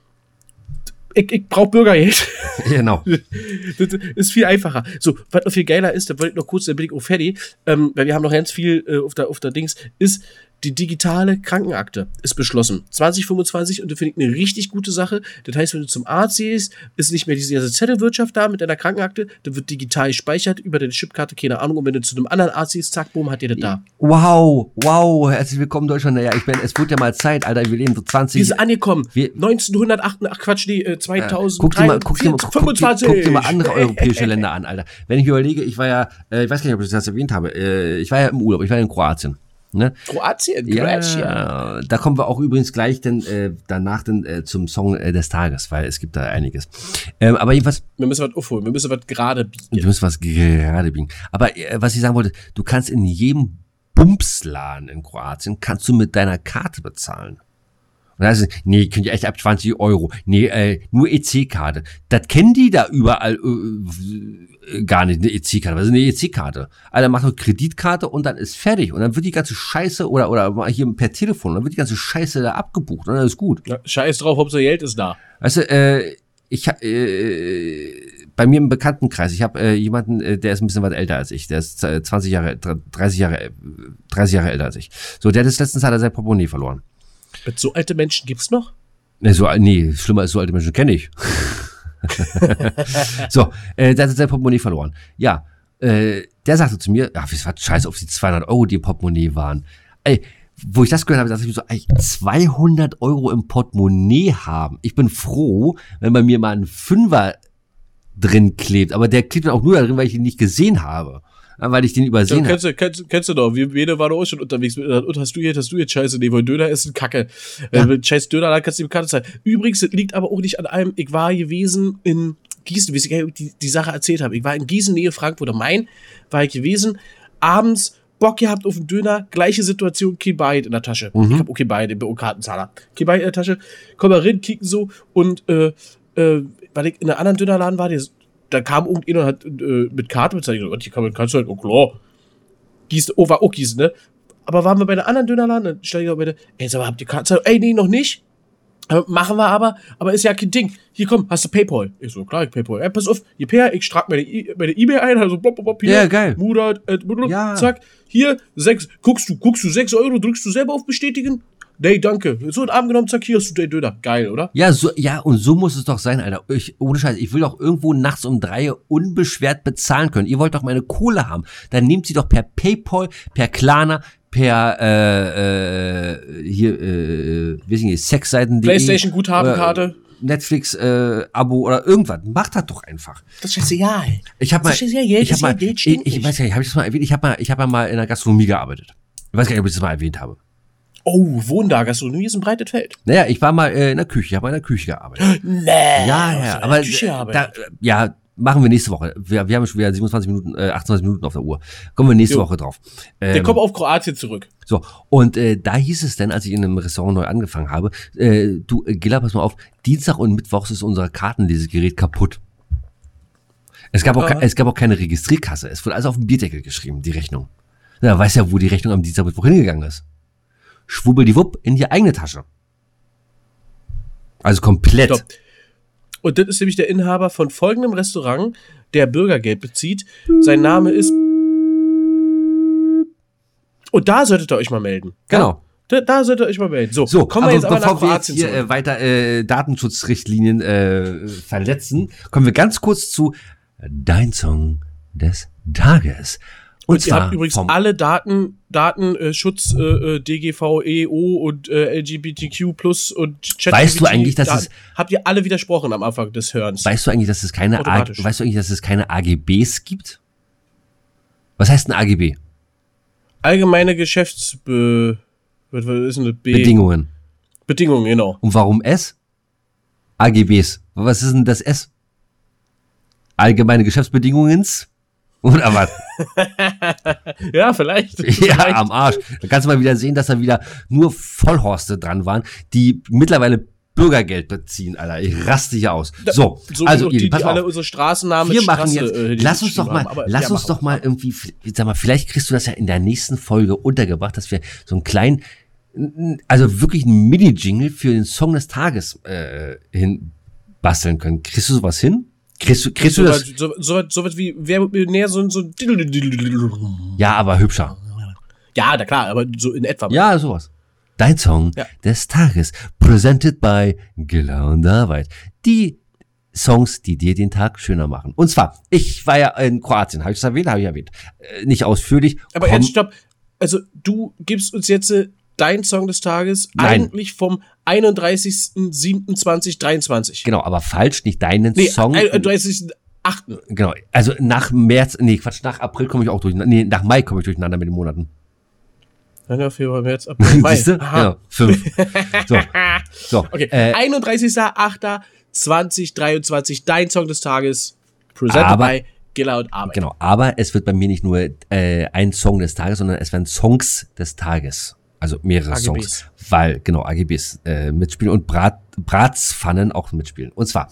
Ich, ich brauche Bürgergeld. Genau. Das ist viel einfacher. So, was noch viel geiler ist, da wollte ich noch kurz, dann bin ich auch fertig, ähm, weil wir haben noch ganz viel äh, auf, der, auf der Dings, ist die digitale Krankenakte ist beschlossen. zwanzig fünfundzwanzig, und das finde ich eine richtig gute Sache. Das heißt, wenn du zum Arzt gehst, ist nicht mehr diese ganze Zettelwirtschaft da mit deiner Krankenakte, dann wird digital gespeichert über deine Chipkarte, keine Ahnung, und wenn du zu einem anderen Arzt gehst, zack, boom, hat ihr das da. Wow, wow, herzlich willkommen Deutschland. Naja, ich bin, es wird ja mal Zeit, Alter, wir leben so zwanzig. Wir sind angekommen. Wir- neunzehnhundertachtundachtzig, ach Quatsch, nee, äh, zweitausend, Guck dir mal, guck dir mal, guck, guck, fünfundzwanzig. guck dir mal andere europäische Länder an, Alter. Wenn ich mir überlege, ich war ja, äh, ich weiß gar nicht, ob ich das erwähnt habe, äh, ich war ja im Urlaub, ich war ja in Kroatien. Ne? Kroatien, Ja, Kroatien. da kommen wir auch übrigens gleich denn, äh, danach denn, äh, zum Song äh, des Tages, weil es gibt da einiges. Ähm, aber jedenfalls, Wir müssen was aufholen, wir müssen was gerade biegen. wir müssen was gerade biegen. Aber äh, was ich sagen wollte, du kannst in jedem Bumsladen in Kroatien, kannst du mit deiner Karte bezahlen. Und da heißt es, nee, könnt ihr echt ab zwanzig Euro. Nee, äh, nur E C-Karte. Das kennen die da überall äh, äh, gar nicht, eine E C-Karte. Was ist eine E C-Karte? Alter, mach doch Kreditkarte und dann ist fertig. Und dann wird die ganze Scheiße, oder oder mal hier per Telefon, dann wird die ganze Scheiße da abgebucht und dann ist gut. Ja, scheiß drauf, Hauptsache Geld ist da. Weißt du, äh, ich hab, äh, bei mir im Bekanntenkreis, ich habe äh, jemanden, äh, der ist ein bisschen was älter als ich. Der ist äh, zwanzig Jahre, dreißig Jahre, äh, dreißig Jahre älter als ich. So, der hat das letztens hat er sein Portemonnaie verloren. Mit so alte Menschen gibt's noch? Nee, so, nee, schlimmer als so alte Menschen kenne ich. So, äh, der hat sein Portemonnaie verloren. Ja, äh, der sagte zu mir, ach, was scheiße auf die zweihundert Euro, die im Portemonnaie waren. Ey, wo ich das gehört habe, dachte ich mir so, ey, zweihundert Euro im Portemonnaie haben. Ich bin froh, wenn bei mir mal ein Fünfer drin klebt, aber der klebt dann auch nur da drin, weil ich ihn nicht gesehen habe. Weil ich den übersehen Ja, habe. kennst, du, kennst, kennst du doch, wir beide waren auch schon unterwegs. Und hast du jetzt, hast du jetzt Scheiße? Nee, wollen Döner essen? Kacke. Ja. Äh, mit scheiß Döner, da kannst du die Karte zahlen. Übrigens, das liegt aber auch nicht an allem. Ich war gewesen in Gießen, wie ich die, die Sache erzählt habe. Ich war in Gießen, Nähe Frankfurt am Main, war ich gewesen. Abends Bock gehabt auf einen Döner, gleiche Situation, kein Bargeld in der Tasche. Mhm. Ich hab auch kein Bargeld, ich bin auch Kartenzahler. Kein Bargeld in der Tasche. Komm mal rein, kicken so und äh, äh, weil ich in einem anderen Dönerladen war, der, da kam irgendjemand und hat äh, mit Karte bezahlt. Ich dachte, hier kann man kannst du halt, oh klar. Gießen, oh, war auch Gießen, ne? Aber waren wir bei einer anderen Dönerladen, dann stand ich auch bei der, ey, sag mal, habt ihr Karte? Ey, nee, noch nicht. Äh, machen wir aber, aber ist ja kein Ding. Hier, komm, hast du PayPal? Ich so, klar, ich PayPal. Ey, pass auf, hier, per, ich trage meine, I- meine E-Mail ein, also blop, blop, blop, hier. Ja, geil. Murat, äh, blub, blub, Ja. zack, hier, sechs, guckst du, guckst du sechs Euro, drückst du selber auf Bestätigen? Nee, danke. So in den Arm genommen, zack, hier hast du den Döner. Geil, oder? Ja, so, ja, und so muss es doch sein, Alter. Ich, ohne Scheiß, ich will doch irgendwo nachts um drei unbeschwert bezahlen können. Ihr wollt doch meine Kohle haben. Dann nehmt sie doch per PayPal, per Klarna, per, äh, äh, hier, äh, weiß ich nicht, Sexseiten. PlayStation Guthabenkarte. Netflix, äh, Abo oder irgendwas. Macht das doch einfach. Das ist scheißegal. Ich habe mal, Das ist ja Geld, ich das habe ist ja mal, Geld, ich, stimmt ich nicht. weiß gar nicht, habe ich das mal erwähnt? Ich habe mal, ich habe mal in der Gastronomie gearbeitet. Ich weiß gar nicht, ob ich das mal erwähnt habe. Oh, Wohnen Gastronomie ist ein breites Feld. Naja, ich war mal äh, in der Küche, ich habe mal in der Küche gearbeitet. Nee. Ja, ja, aber Küche äh, arbeitet. da, ja, machen wir nächste Woche. Wir, wir haben schon wieder siebenundzwanzig Minuten, äh, achtundzwanzig Minuten auf der Uhr. Kommen wir nächste Jo. Woche drauf. Der Ähm, kommt auf Kroatien zurück. so, und äh, da hieß es dann, als ich in einem Restaurant neu angefangen habe, äh, du, äh, Gilla, pass mal auf, Dienstag und Mittwochs ist unser Kartenlesegerät kaputt. Es gab, auch, Ah. ke- es gab auch keine Registrierkasse. Es wurde also auf den Bierdeckel geschrieben, die Rechnung. Da weiß ja, wo die Rechnung am Dienstag Mittwoch hingegangen ist. Schwubbeldiwupp in die eigene Tasche. Also komplett. Stopp. Und das ist nämlich der Inhaber von folgendem Restaurant, der Bürgergeld bezieht. Sein Name ist. Und da solltet ihr euch mal melden. Genau. Da, da solltet ihr euch mal melden. So, So, kommen wir jetzt aber nach bevor wir jetzt Kroatien hier zurück. äh, weiter äh, Datenschutzrichtlinien äh, verletzen, kommen wir ganz kurz zu Dein Song des Tages. Und, Und ihr habt übrigens alle Daten, Datenschutz, äh, D G V E O und äh, L G B T Q plus und Chat. Weißt du eigentlich, dass Daten, es habt ihr alle widersprochen am Anfang des Hörens? Weißt du eigentlich, dass es keine A, weißt du eigentlich, dass es keine A G Bs gibt? Was heißt ein A G B? Allgemeine Geschäftsbe was ist denn das? B? Bedingungen. Bedingungen, genau. Und warum S? A G Bs. Was ist denn das S? Allgemeine Geschäftsbedingungen? Oder was? Ja, vielleicht. Ja, vielleicht. Am Arsch. Da kannst du mal wieder sehen, dass da wieder nur Vollhorste dran waren, die mittlerweile Bürgergeld beziehen, Alter. Ich raste hier aus. So, so also die, ihr, die, pass die auf. alle unsere Straßennamen Wir mit machen Straße, jetzt, äh, die lass uns doch mal, haben, aber, lass ja, uns doch mal irgendwie, sag mal, vielleicht kriegst du das ja in der nächsten Folge untergebracht, dass wir so einen kleinen, also wirklich einen Mini-Jingle für den Song des Tages äh, hin basteln können. Kriegst du sowas hin? Kriegst du, kriegst so du das? So, so, so was wie, wer näher so, so. Ja, aber hübscher. Ja, na klar, aber so in etwa. Ja, sowas. Dein Song Ja. des Tages, presented by Gilla und David. Die Songs, die dir den Tag schöner machen. Und zwar, ich war ja in Kroatien, habe ich es erwähnt, habe ich erwähnt. Äh, nicht ausführlich. Aber Komm, jetzt stopp. Also du gibst uns jetzt äh, dein Song des Tages Nein. eigentlich vom einunddreißigsten siebten zweitausenddreiundzwanzig. Genau, aber falsch, nicht deinen Nee, Song. einunddreißigsten achten Genau, also nach März, nee, Quatsch, nach April komme ich auch durcheinander, nee, nach Mai komme ich durcheinander mit den Monaten. Januar, Februar, März, April, Mai. Siehst du? Genau, fünf. So, so. Okay, Äh, einunddreißigsten achten zweitausenddreiundzwanzig, dein Song des Tages, presented Aber- by Gilla und Arbeit. Genau, aber es wird bei mir nicht nur äh, ein Song des Tages, sondern es werden Songs des Tages. Also mehrere A G Bs. Songs. Weil, genau, A G Bs äh, mitspielen und Brat, Bratspfannen auch mitspielen. Und zwar,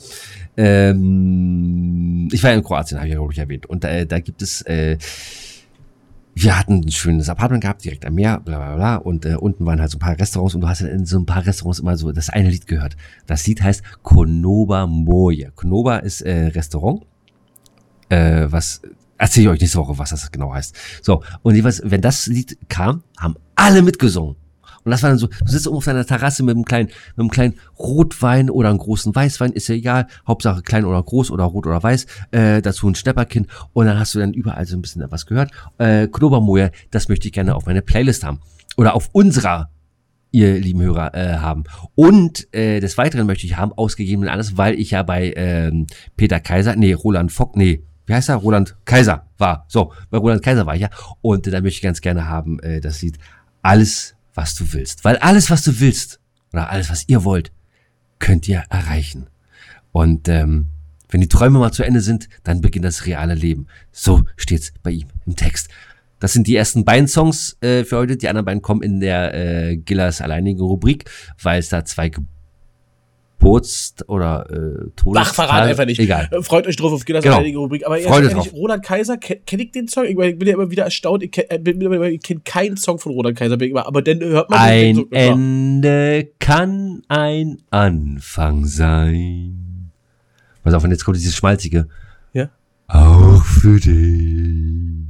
ähm, ich war in Kroatien, habe ich ja, glaube ich, erwähnt. Und äh, da gibt es, äh, wir hatten ein schönes Apartment gehabt, direkt am Meer, bla bla bla. Und äh, unten waren halt so ein paar Restaurants und du hast in so ein paar Restaurants immer so das eine Lied gehört. Das Lied heißt Konoba Moje. Konoba ist äh, Restaurant. Äh, was erzähle ich euch nächste Woche, was das genau heißt. So, und jeweils, wenn das Lied kam, haben alle mitgesungen. Und das war dann so, du sitzt oben auf deiner Terrasse mit einem kleinen, mit einem kleinen Rotwein oder einem großen Weißwein, ist ja egal, Hauptsache klein oder groß oder rot oder weiß, äh, dazu ein Schnäpperkind und dann hast du dann überall so ein bisschen was gehört. Äh, Knobermoje, das möchte ich gerne auf meine Playlist haben. Oder auf unserer, ihr lieben Hörer, äh, haben. Und äh, des Weiteren möchte ich haben, ausgegeben und alles, weil ich ja bei ähm, Peter Kaiser, nee, Roland Fock, nee, wie heißt er? Roland Kaiser war. So, bei Roland Kaiser war ich ja. Und äh, da möchte ich ganz gerne haben, äh, das Lied Alles, was du willst. Weil alles, was du willst, oder alles, was ihr wollt, könnt ihr erreichen. Und ähm, wenn die Träume mal zu Ende sind, dann beginnt das reale Leben. So steht's bei ihm im Text. Das sind die ersten beiden Songs äh, für heute. Die anderen beiden kommen in der äh, Gillas alleinige Rubrik, weil es da zwei Geburts- oder äh, Todestage... Ach, verrat einfach nicht. Egal. Äh, Freut euch drauf auf Gillas Genau. alleinige Rubrik. Aber Freude ehrlich, drauf. Roland Kaiser, kenne kenn ich den Song? Ich bin ja immer wieder erstaunt. Ich kenne äh, kenn keinen Song von Roland Kaiser. Bin ich immer, aber dann hört man den Ein so, Ende kann ein Anfang sein. Pass auf, und jetzt kommt dieses Schmalzige. Ja. Auch für dich.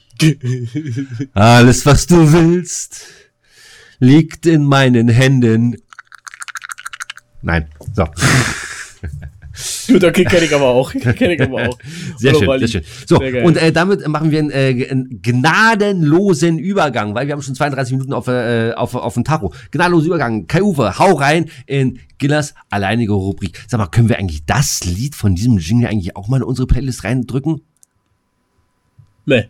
Alles, was du willst, liegt in meinen Händen. Nein, so. Gut, okay, kenne ich aber auch. Kenne ich aber auch. Sehr Hallo, schön, Wally. sehr schön. So, Sehr geil. und äh, damit machen wir einen, äh, einen gnadenlosen Übergang, weil wir haben schon zweiunddreißig Minuten auf, äh, auf, auf dem Tacho. Gnadenloser Übergang. Kai Uwe, hau rein in Gillas alleinige Rubrik. Sag mal, können wir eigentlich das Lied von diesem Jingle eigentlich auch mal in unsere Playlist reindrücken? Nee.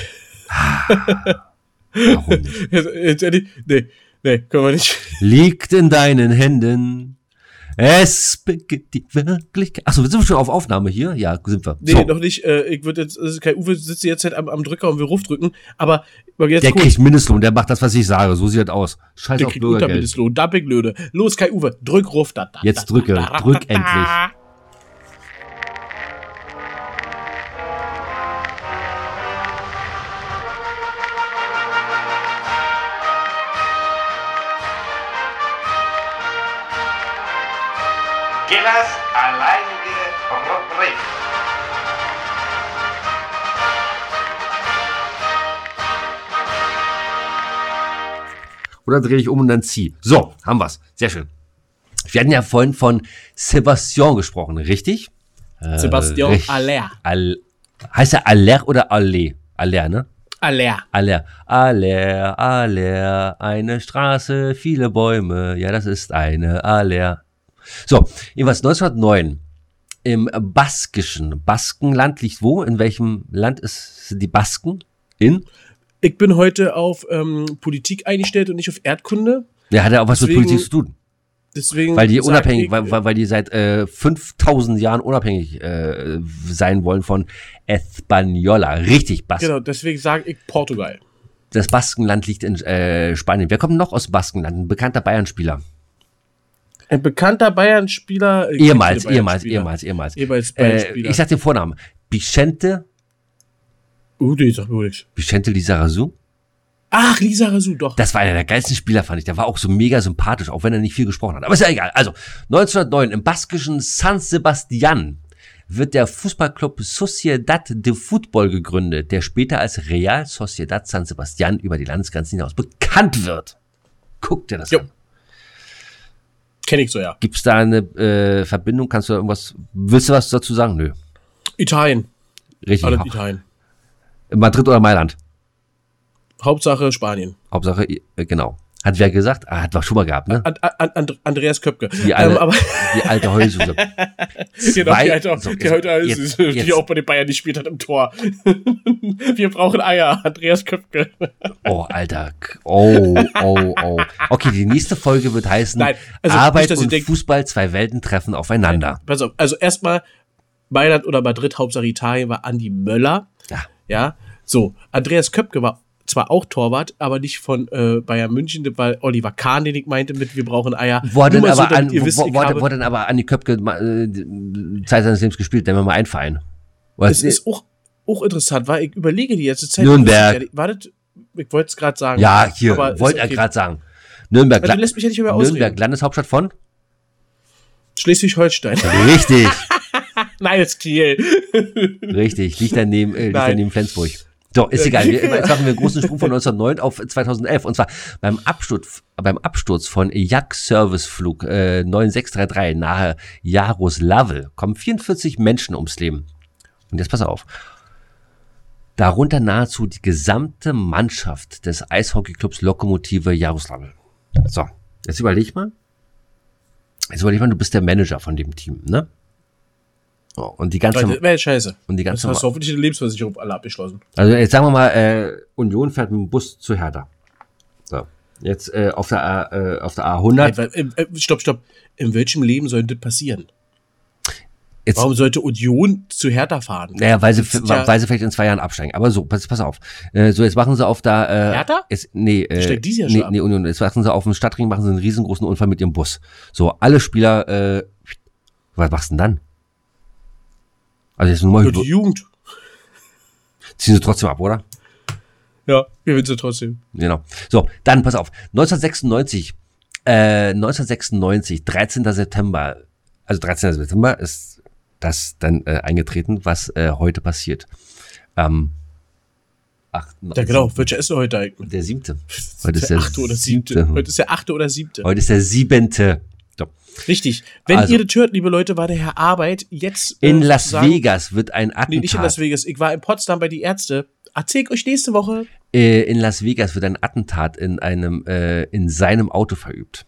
Warum nicht? Jetzt, jetzt, ehrlich, nee, nee, können wir nicht. Liegt in deinen Händen. Es beginnt die Wirklichkeit. Achso, sind wir schon auf Aufnahme hier? Ja, sind wir. Nee, So. noch nicht. Äh, ich würde jetzt, also Kai Uwe sitzt jetzt halt am, am Drücker und will Ruf drücken, aber aber jetzt Der kurz. kriegt Mindestlohn, der macht das, was ich sage. So sieht das aus. Scheiß Der auf kriegt Bürgergeld. Untermindestlohn, da bin ich blöde. Los, Kai Uwe, drück Ruf. Da, da, Jetzt da, drücke, da, da, drück da, endlich. da. Gillas alleinige Rubrik. Oder drehe ich um und dann zieh. So, haben wir's. Sehr schön. Wir hatten ja vorhin von Sebastian gesprochen, richtig? Sebastian Äh, richtig. Aller. Al Heißt er Aller oder Aller? Aller, ne? Aller. Aller. Aller, Aller, eine Straße, viele Bäume. Ja, das ist eine Aller. So, jedenfalls neunzehnhundertneun im baskischen, Baskenland liegt wo? In welchem Land ist, sind die Basken? In? Ich bin heute auf ähm, Politik eingestellt und nicht auf Erdkunde. Ja, hat ja auch was Deswegen- mit Politik zu tun. Deswegen Weil die sag unabhängig, ich, weil, weil weil die seit äh, fünftausend Jahren unabhängig äh, sein wollen von Española. Richtig Basken. Genau, deswegen sage ich Portugal. Das Baskenland liegt in äh, Spanien. Wer kommt noch aus Baskenland? Ein bekannter Bayern-Spieler. Ein bekannter Bayern-Spieler. äh, Ehemals, viele ehemals, Bayern-Spieler. ehemals, ehemals. Ehemals Äh, Bayern-Spieler. ich sag den Vornamen. Vicente, Uh, nee, sag mir nichts. Vicente Lizarazu. Ach, Lisa Razou, doch. Das war einer der geilsten Spieler, fand ich. Der war auch so mega sympathisch, auch wenn er nicht viel gesprochen hat. Aber ist ja egal. Also, neunzehnhundertneun im baskischen San Sebastian wird der Fußballclub Sociedad de Fútbol gegründet, der später als Real Sociedad San Sebastian über die Landesgrenzen hinaus bekannt wird. Guck dir das Jo. an. Kenn ich so, ja. Gibt's da eine äh, Verbindung? Kannst du da irgendwas, willst du was dazu sagen? Nö. Italien. Richtig. Alles Ha- Italien. Madrid oder Mailand? Hauptsache Spanien. Hauptsache, äh, genau. Hat wer gesagt? Ah, hat wir schon mal gehabt, ne? An, an, And, Andreas Köpke. Die, alle, Ähm, aber die alte Heulsuse. genau, Zwei- die alte, so, die, heute, jetzt- die jetzt- auch bei den Bayern nicht gespielt hat im Tor. Wir brauchen Eier. Andreas Köpke. Oh, Alter. Oh, oh, oh. Okay, die nächste Folge wird heißen Nein, also Arbeit nicht, dass ihr und denkt- Fußball, zwei Welten treffen aufeinander. Pass auf, also erstmal Mailand oder Madrid, Hauptsache Italien, war Andi Möller. Ja. Ja, so. Andreas Köpke war zwar auch Torwart, aber nicht von äh, Bayern München, weil Oliver Kahn, den ich meinte, mit wir brauchen Eier. Wo hat Nur denn mal so, aber, damit an, ihr wo, wisst, wo, ich wo, hat- habe- wo hat denn aber Andi Köpke äh, die Zeit seines Lebens gespielt? Nennen wir mal einen Verein. Oder Es ist auch, auch interessant, weil ich überlege die letzte Zeit. Nürnberg. Wartet, ich wollte es gerade sagen. ja, hier, aber ist wollte er okay. gerade sagen. Nürnberg, Also, du lässt mich ja nicht mehr Nürnberg ausreden. Landeshauptstadt von? Schleswig-Holstein. Richtig, Nein, das ist Kiel. richtig. Liegt daneben, äh, liegt Nein. daneben Flensburg. So, ist egal. Wir, jetzt machen wir einen großen Sprung von neunzehnhundertneun auf zweitausendelf. Und zwar beim Absturz, beim Absturz von Jak-Serviceflug äh, neun sechs drei drei nahe Jaroslawl kommen vierundvierzig Menschen ums Leben. Und jetzt pass auf. Darunter nahezu die gesamte Mannschaft des Eishockeyclubs Lokomotive Jaroslawl. So, jetzt überleg mal. Jetzt überleg mal, du bist der Manager von dem Team, ne? So, und die ganze, Das wäre scheiße. und die Das ganze, hast du hoffentlich eine Lebensversicherung alle abgeschlossen. also jetzt sagen wir mal, äh, Union fährt mit dem Bus zu Hertha. So, jetzt äh, auf der A, äh, auf der A hundert. Hey, weil, äh, stopp, stopp. In welchem Leben soll das passieren? Jetzt, Warum sollte Union zu Hertha fahren? naja, weil sie, Das sind ja- weil sie vielleicht in zwei Jahren absteigen. Aber so, pass, pass auf. Äh, so, jetzt machen sie auf der, äh, Hertha? Jetzt, nee, äh, Steigt dieses Jahr nee, schon ab. nee, Union. Jetzt machen sie auf dem Stadtring, machen sie einen riesengroßen Unfall mit ihrem Bus. So, alle Spieler, äh, was machst du denn dann? Also jetzt nur mal, Nur die Jugend. ziehen sie trotzdem ab, oder? Ja, gewinnen sie trotzdem. Genau. So, dann pass auf. neunzehnhundertsechsundneunzig, äh, neunzehnhundertsechsundneunzig, dreizehnter September, also dreizehnter September ist das dann äh, eingetreten, was äh, heute passiert. Ähm, acht, Ja, genau. Welcher ist denn heute eigentlich? Der siebte. Heute ist der achte oder siebte. siebte. Heute ist der achte oder siebte. Heute ist der siebente. So. Richtig. Wenn Also. ihr das hört, liebe Leute, war der Herr Arbeit jetzt äh, In Las sozusagen- Vegas wird ein Attentat. Nee, nicht in Las Vegas. Ich war in Potsdam bei die Ärzte. Erzähl ich euch nächste Woche. Äh, in Las Vegas wird ein Attentat in einem, äh, in seinem Auto verübt.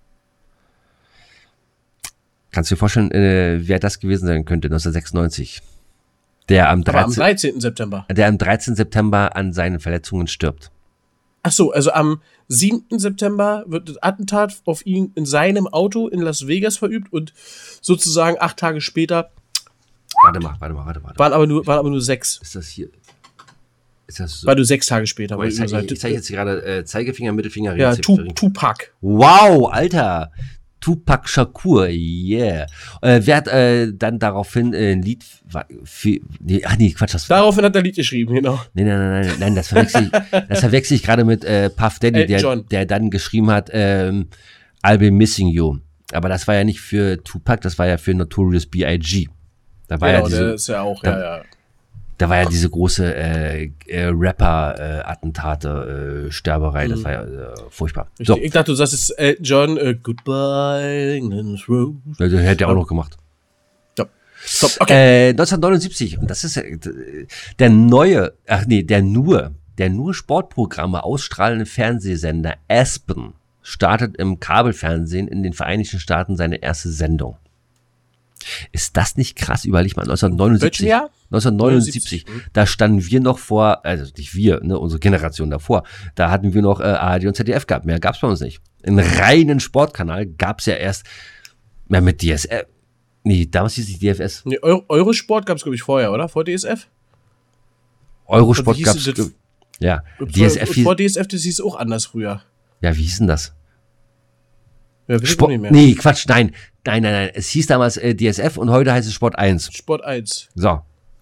Kannst du dir vorstellen, äh, wer das gewesen sein könnte, neunzehnhundertsechsundneunzig? Der am, Aber am dreizehnten dreizehnten September. der am dreizehnten September an seinen Verletzungen stirbt. Ach so, also am siebten September wird das Attentat auf ihn in seinem Auto in Las Vegas verübt und sozusagen acht Tage später Warte mal, warte mal, warte mal. waren aber nur, waren aber nur sechs. Ist das hier? Ist das so? War nur sechs Tage später. Aber weil ich zeige ihr seid- ich zeig jetzt gerade äh, Zeigefinger, Mittelfinger, ja, Rezept. Tu- Tupac. Wow, Alter. Tupac Shakur, yeah. Äh, wer hat äh, dann daraufhin äh, ein Lied wa- für, nee, ach nee, Quatsch, das Daraufhin hat er ein Lied geschrieben, genau. nee, nein, nein, nein, nein, das verwechsel ich, das verwechsel ich gerade mit äh, Puff Daddy, Elton der, John. der dann geschrieben hat, ähm, I'll be missing you. Aber das war ja nicht für Tupac, das war ja für Notorious B I G Da war Genau, ja der diese, ist ja auch, da- ja, ja. da war ja diese große äh, äh, Rapper-Attentate, äh, Sterberei, das war ja äh, furchtbar. Richtig. So, Ich dachte, du sagst jetzt Elton John, äh, Goodbye, England's Rose. das hätte er auch noch gemacht. Ja. Stop. Okay. Äh, neunzehnhundertneunundsiebzig, und das ist äh, der neue, ach nee, der nur, der nur Sportprogramme ausstrahlende Fernsehsender Aspen startet im Kabelfernsehen in den Vereinigten Staaten seine erste Sendung. Ist das nicht krass? Überleg mal, neunzehnhundertneunundsiebzig. Welches Jahr? neunzehnhundertneunundsiebzig. Da standen wir noch vor, also nicht wir, ne, unsere Generation davor, da hatten wir noch äh, A R D und Z D F gehabt. Mehr gab's bei uns nicht. Einen reinen Sportkanal gab's ja erst mehr mit D S F. Nee, damals hieß es D F S. Nee, Euro, Eurosport gab's, glaube ich, vorher, oder? Vor D S F? Eurosport Und wie gab's. hieß das? Ja, Und D S F vor, hieß, vor D S F, das hieß auch anders früher. ja, wie hieß denn das? Ja, bitte Sport, nicht mehr. nee, Quatsch, nein. Nein, nein, nein. Es hieß damals äh, D S F und heute heißt es Sport eins. Sport eins. So.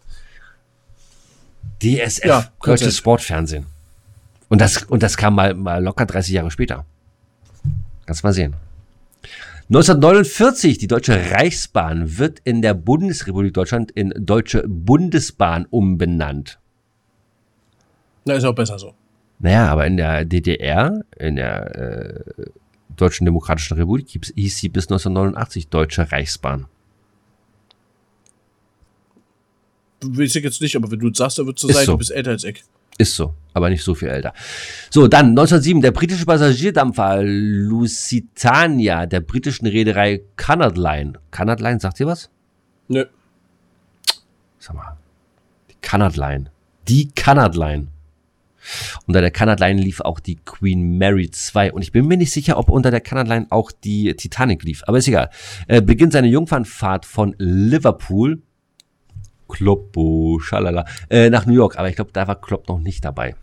D S F, Ja, deutsches komplett. Sportfernsehen. Und das, und das kam mal, mal locker dreißig Jahre später. Kannst mal sehen. neunzehnhundertneunundvierzig, die Deutsche Reichsbahn wird in der Bundesrepublik Deutschland in Deutsche Bundesbahn umbenannt. Na, ist auch besser so. Naja, aber in der D D R, in der äh, Deutschen Demokratischen Republik, hieß hieß sie bis neunzehnhundertneunundachtzig Deutsche Reichsbahn. Weiß ich jetzt nicht, aber wenn du es sagst, dann wird es so Ist sein, so. du bist älter als ich. Ist so, aber nicht so viel älter. So, dann neunzehnhundertsieben, der britische Passagierdampfer Lusitania der britischen Reederei Cunard Line. Cunard Line, sagt ihr was? Nö. Sag mal, die Cunard Line. Die Cunard Line. Unter der Cunard Line lief auch die Queen Mary zwei. Und ich bin mir nicht sicher, ob unter der Cunard Line auch die Titanic lief. Aber ist egal. Äh, beginnt seine Jungfernfahrt von Liverpool, Kloppo, schalala, äh, nach New York. Aber ich glaube, da war Klopp noch nicht dabei.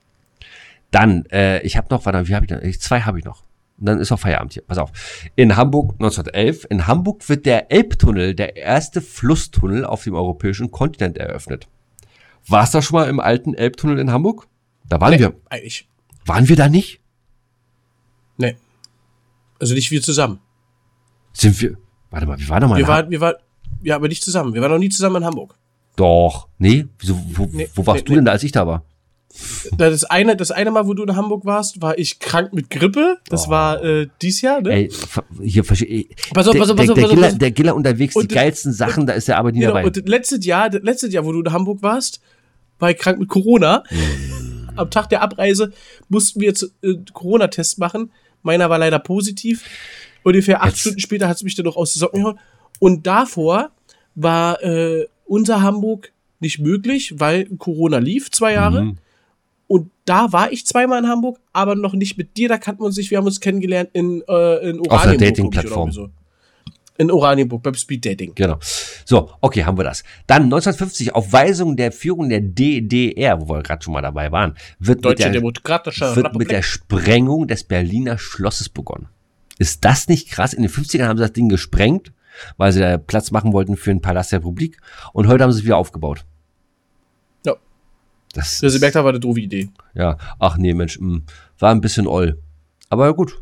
Dann, äh, ich habe noch, warte, wie habe ich denn? Zwei habe ich noch. Und dann ist auch Feierabend hier. Pass auf. In Hamburg neunzehnhundertelf. In Hamburg wird der Elbtunnel, der erste Flusstunnel auf dem europäischen Kontinent eröffnet. Warst du schon mal im alten Elbtunnel in Hamburg? Da waren Nee, wir. eigentlich. Waren wir da nicht? Nee. Also nicht wir zusammen. Sind wir. Warte mal, wir waren doch mal Wir in Ha- waren, wir waren, ja, aber nicht zusammen. Wir waren noch nie zusammen in Hamburg. Doch. Nee? Wieso, wo, Nee, wo warst nee, du nee. denn da, als ich da war? Das eine, das eine Mal, wo du in Hamburg warst, war ich krank mit Grippe. Das Oh. war äh, dies Jahr, ne? Ey, ver- hier verstehe Pass auf, der, pass auf, der, pass auf, der, pass auf, Giller, pass auf. der Giller unterwegs, Und- die geilsten Sachen, da ist der aber nie Genau, dabei. und das letztes Jahr, das letzte Jahr, wo du in Hamburg warst, war ich krank mit Corona. Mhm. Am Tag der Abreise mussten wir jetzt äh, Corona-Test machen. Meiner war leider positiv. Ungefähr acht Jetzt- Stunden später hat es mich dann noch aus den Socken gehauen. Und davor war äh, unser Hamburg nicht möglich, weil Corona lief, zwei Jahre. Mhm. Und da war ich zweimal in Hamburg, aber noch nicht mit dir. Da kannten wir uns nicht. Wir haben uns kennengelernt in, äh, in Oranienburg. Auf einer glaub ich, Dating-Plattform. oder irgendwie so. In Oranienburg, beim Speed-Dating. Genau. So, okay, haben wir das. Dann neunzehnhundertfünfzig, auf Weisung der Führung der D D R, wo wir gerade schon mal dabei waren, wird, mit Deutsche der, Demokratische wird mit Republik. der Sprengung des Berliner Schlosses begonnen. Ist das nicht krass? In den fünfzigern haben sie das Ding gesprengt, weil sie da Platz machen wollten für den Palast der Republik. Und heute haben sie es wieder aufgebaut. Ja. Das Ja, sie ist- merkt, war eine doofe Idee. Ja, ach nee, Mensch, mh, war ein bisschen oll. Aber gut.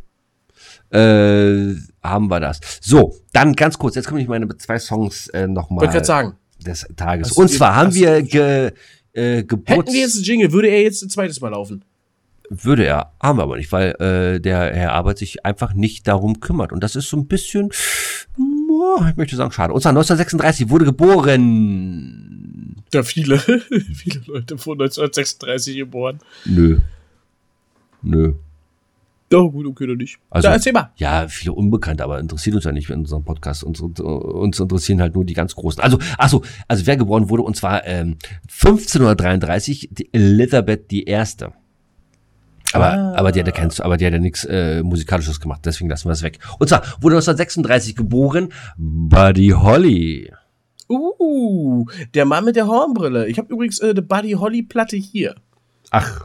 Äh, haben wir das. So, dann ganz kurz, jetzt komme ich meine zwei Songs äh, nochmal Wollte gerade sagen, des Tages. Hast Und du- zwar haben hast wir du- ge, äh, Geburts... hätten wir jetzt einen Jingle, würde er jetzt ein zweites Mal laufen. Würde er, haben wir aber nicht, weil äh, der Herr Arbeit sich einfach nicht darum kümmert. Und das ist so ein bisschen, oh, ich möchte sagen, schade. Und zwar neunzehnhundertsechsunddreißig wurde geboren. Ja, viele, viele Leute vor neunzehnhundertsechsunddreißig geboren. Nö. Nö. Doch, gut, okay, oder nicht. Also, Da, erzähl mal. ja, viele Unbekannte, aber interessiert uns ja nicht in unserem Podcast. Uns, uns interessieren halt nur die ganz Großen. Also, ach so, also wer geboren wurde, und zwar ähm, fünfzehnhundertdreiunddreißig, die Elisabeth die Erste. Aber, Ah. aber die hat ja kein, aber die hat ja nichts äh, Musikalisches gemacht, deswegen lassen wir das weg. Und zwar wurde neunzehnhundertsechsunddreißig geboren Buddy Holly. Uh, der Mann mit der Hornbrille. Ich habe übrigens äh, eine Buddy Holly Platte hier. Ach.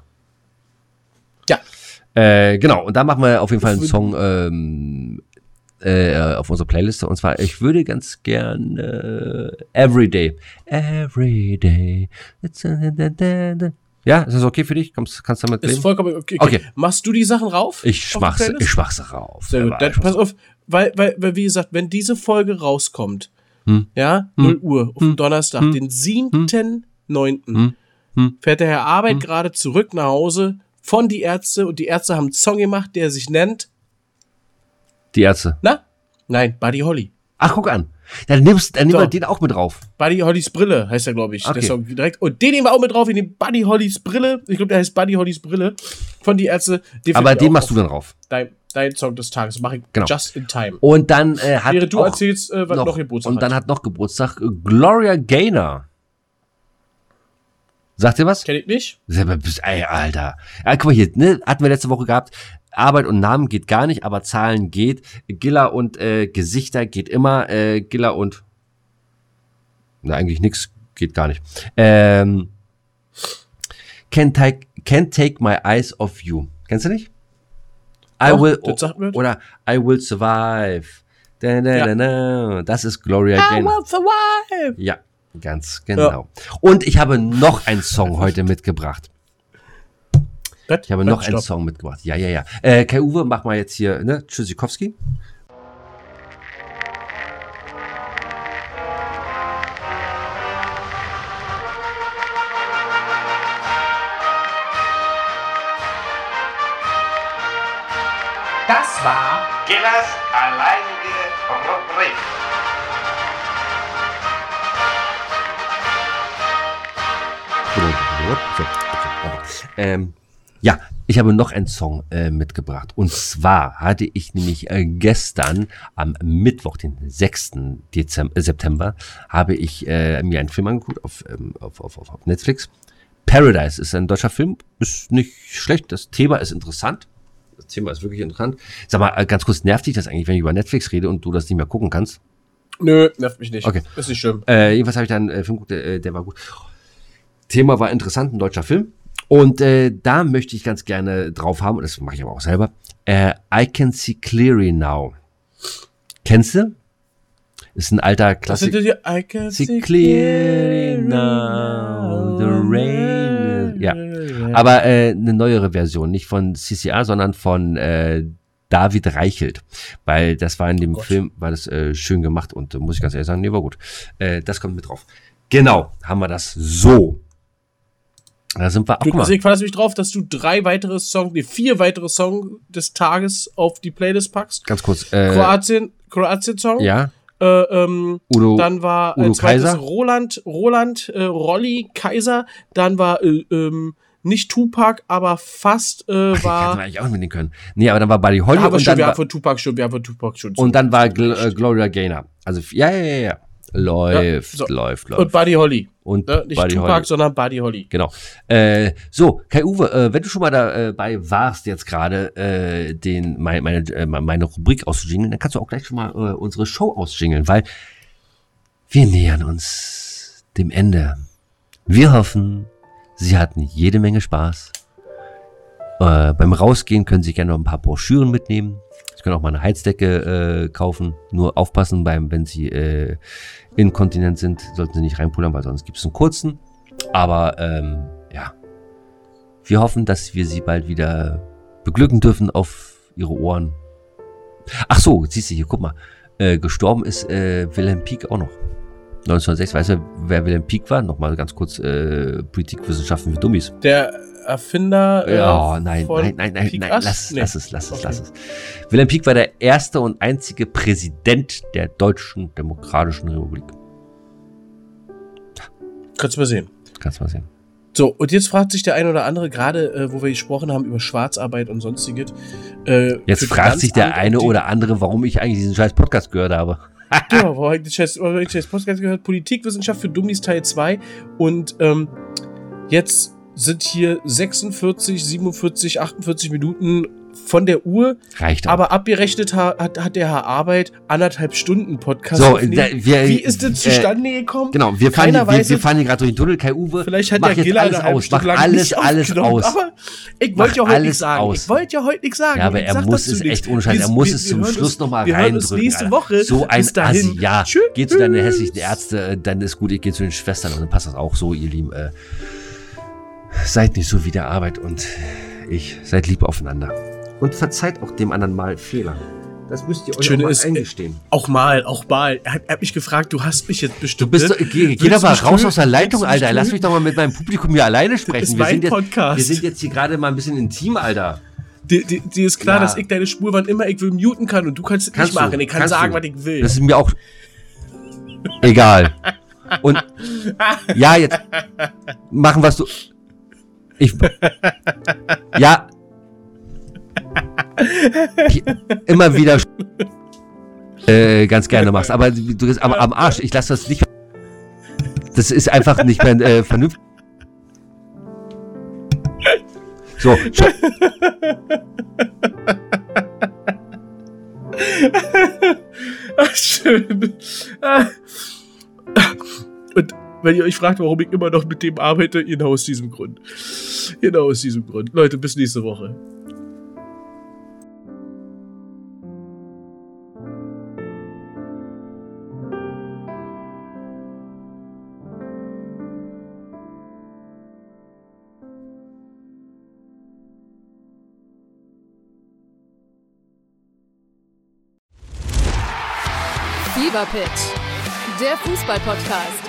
Ja. Äh, genau, und da machen wir auf jeden Fall einen Song ähm, äh, auf unserer Playliste. Und zwar, ich würde ganz gern äh, Everyday. Everyday. It's a da, da, da. Ja, ist das okay für dich? Kommst, kannst du damit Ist leben? vollkommen okay. Okay. Machst du die Sachen rauf? Ich Auf mach's, die Playlist? ich mach's rauf. Sehr gut. Aber Dann ich mach's pass auf, weil, weil, weil, wie gesagt, wenn diese Folge rauskommt, Hm. ja, Hm. null Uhr, auf Hm. dem Donnerstag, Hm. den siebten neunten Hm. Hm. fährt der Herr Arbeit Hm. gerade zurück nach Hause von die Ärzte und die Ärzte haben einen Song gemacht, der sich nennt, Die Ärzte. na? Nein, Buddy Holly. Ach, guck an. Dann nimmst, dann nehmen So. wir den auch mit drauf. Buddy Hollys Brille heißt er, glaube ich. Okay. Der Song direkt. Und den nehmen wir auch mit drauf. Wir nehmen Buddy Hollys Brille. Ich glaube, der heißt Buddy Hollys Brille von die Ärzte. Den Aber finden wir den auch machst du auf. dann drauf. Dein, dein Song des Tages. Mach ich Genau. just in time. Und dann äh, hat Während du auch erzählst, äh, was noch, noch Geburtstag Und dann hat. hat noch Geburtstag äh, Gloria Gaynor. Sagt ihr was? Kenn ich nicht. Ey, Alter. Ja, guck mal hier, ne, hatten wir letzte Woche gehabt. Arbeit und Namen geht gar nicht, aber Zahlen geht. Giller und äh, Gesichter geht immer. Äh, Giller und na, eigentlich nix geht gar nicht. Ähm, can't, take, can't take my eyes off you. Kennst du nicht? I Doch, will das sagt mir was. oder I will survive. Da, da, Ja. da, da. Das ist Gloria I Gaynor. will survive. Ja, ganz genau. Und ich habe noch einen Song heute mitgebracht. Das- Ich habe Warte, noch einen stopp. Song mitgebracht. Ja, ja, ja. Äh, Kai-Uwe, mach mal jetzt hier, ne? Tschüssikowski. Das war Gillers alleinige Rubrik. So, so, ähm, ja, ich habe noch einen Song äh, mitgebracht. Und zwar hatte ich nämlich äh, gestern am Mittwoch, den sechsten Dezember, äh, September, habe ich äh, mir einen Film angeguckt auf, ähm, auf, auf, auf Netflix. Paradise ist ein deutscher Film, ist nicht schlecht, das Thema ist interessant. Das Thema ist wirklich interessant. Sag mal, äh, ganz kurz, nervt dich das eigentlich, wenn ich über Netflix rede und du das nicht mehr gucken kannst? Nö, nervt mich nicht. Okay. Ist nicht schlimm. Äh, jedenfalls habe ich dann einen äh, Film geguckt, der, äh, der war gut. Thema war interessant, ein deutscher Film. Und äh, da möchte ich ganz gerne drauf haben, und das mache ich aber auch selber, äh, I Can See Clearly Now. Kennst du? Ist ein alter Das sind Klassiker. die I can See clearly now, the rain is... Ja, aber äh, eine neuere Version, nicht von C C A, sondern von äh, David Reichelt, weil das war in dem Gott. Film, war das äh, schön gemacht und äh, muss ich ganz ehrlich sagen, nee, war gut. Äh, das kommt mit drauf. Genau, haben wir das so. Da sind wir, ach, Du, guck mal, also ich verlasse mich drauf, dass du drei weitere Songs, nee, vier weitere Songs des Tages auf die Playlist packst. ganz kurz, äh, Kroatien, Kroatien-Song. ja, Äh, ähm, Udo, dann war Udo äh, zweites Kaiser? Roland, Roland, äh, Rolli, Kaiser. Dann war äh, ähm, nicht Tupac, aber fast äh, ach, den hätten wir war. eigentlich auch mitnehmen können. Nee, aber dann war Buddy Holly Ja, aber und schon, dann wir war, haben von Tupac schon, wir haben von Tupac schon. und dann war Gl äh, Gloria Gaynor. Also, ja, ja, ja, ja. Läuft, Ja, so. läuft, Und läuft. Buddy Holly. Und Ne? Nicht Buddy Tupac, Holly. sondern Buddy Holly. Genau. Äh, so, Kai-Uwe, äh, wenn du schon mal dabei warst, jetzt gerade äh, den mein, meine, äh, meine Rubrik auszujingeln, dann kannst du auch gleich schon mal äh, unsere Show ausjingeln, weil wir nähern uns dem Ende. Wir hoffen, Sie hatten jede Menge Spaß. Äh, beim Rausgehen können Sie gerne noch ein paar Broschüren mitnehmen. Sie können auch mal eine Heizdecke äh, kaufen. Nur aufpassen, beim, wenn Sie äh, inkontinent sind, sollten Sie nicht reinpullern, weil sonst gibt es einen kurzen. Aber ähm, ja, wir hoffen, dass wir Sie bald wieder beglücken dürfen auf Ihre Ohren. Ach so, siehst du hier, guck mal. Äh, gestorben ist äh, Wilhelm Pieck auch noch. neunzehnhundertsechs, weißt du, wer Wilhelm Pieck war? Nochmal ganz kurz äh, Politikwissenschaften für Dummies. Der Erfinder. Äh, Ja, nein, von nein, nein, nein, Pik nein, Ass? lass, Nee. lass es, lass es, Okay. lass es. Wilhelm Pieck war der erste und einzige Präsident der Deutschen Demokratischen Republik. Kannst du mal sehen. Kannst du mal sehen. So, und jetzt fragt sich der ein oder andere, gerade äh, wo wir gesprochen haben über Schwarzarbeit und sonstiges. Äh, Jetzt für fragt sich der Finanzamt eine und die- oder andere, warum ich eigentlich diesen scheiß Podcast gehört habe. Genau, wo habe ich das Podcast gehört? Politikwissenschaft für Dummies Teil zwei. Und ähm, jetzt sind hier sechsundvierzig, siebenundvierzig, achtundvierzig Minuten von der Uhr. Reicht auch. Aber abgerechnet ha- hat, hat der Herr Arbeit anderthalb Stunden Podcast So, aufnehmen. da- wir- Wie ist das äh, zustande gekommen? Genau, wir fahren, Keiner hier, wir, weiß wir es. fahren hier gerade durch den Tunnel, Kai Uwe. Vielleicht hat mach der jetzt Giller alles eine halbe aus, Stunde mach lang alles, nicht alles aufgenommen. aus. Aber ich Mach wollte ja heute alles nichts sagen. aus. Ich wollte ja heute nichts sagen. Ja, aber Ich er sag muss das es zu echt dir. ohne Scheiß, Wir- er muss wir- es wir zum hören Schluss uns- nochmal Wir hören uns reindrücken, nächste Alter. Woche. So ein Bis dahin. Assi, ja. Tschüss. Geh zu deinen hässlichen Ärzte, äh, dann ist gut, ich gehe zu den Schwestern und dann passt das auch so, ihr Lieben. Äh, seid nicht so wie der Arbeit und ich, seid lieb aufeinander. Und verzeiht auch dem anderen mal Fehler. Das müsst ihr euch Schöne auch mal ist, eingestehen. Auch mal, auch mal. Er hat, er hat mich gefragt, du hast mich jetzt bestimmt. Du bist ne? doch, geh, geh Willst doch mal du mich raus töten? aus der Leitung, Willst du mich Alter. Lass töten? mich doch mal mit meinem Publikum hier alleine sprechen. ist wir, mein sind jetzt, Podcast. wir sind jetzt hier gerade mal ein bisschen intim, Alter. Dir, dir, dir ist klar, Ja. dass ich deine Spur, wann immer ich will, muten kann und du kannst es Kannst nicht du, machen. Ich kann kannst sagen, du. was ich will. Das ist mir auch egal. Und ja, jetzt machen, was du. Ich. Ja. Ich immer wieder äh, ganz gerne machst. Aber du bist aber am Arsch. Ich lasse das nicht. Das ist einfach nicht mehr äh, vernünftig. So, schau. Ach, schön. Und wenn ihr euch fragt, warum ich immer noch mit dem arbeite, genau aus diesem Grund. Genau aus diesem Grund. Leute, bis nächste Woche. Fever Pitch, der Fußball-Podcast.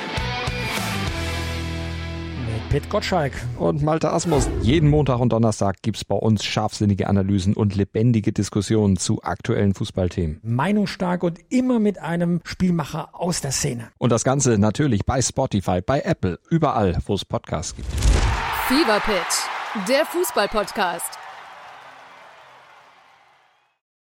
Mit Pit Gottschalk. Und Malte Asmus. Jeden Montag und Donnerstag gibt's bei uns scharfsinnige Analysen und lebendige Diskussionen zu aktuellen Fußballthemen. Meinungsstark und immer mit einem Spielmacher aus der Szene. Und das Ganze natürlich bei Spotify, bei Apple, überall, wo es Podcasts gibt. Fever Pitch, der Fußball-Podcast.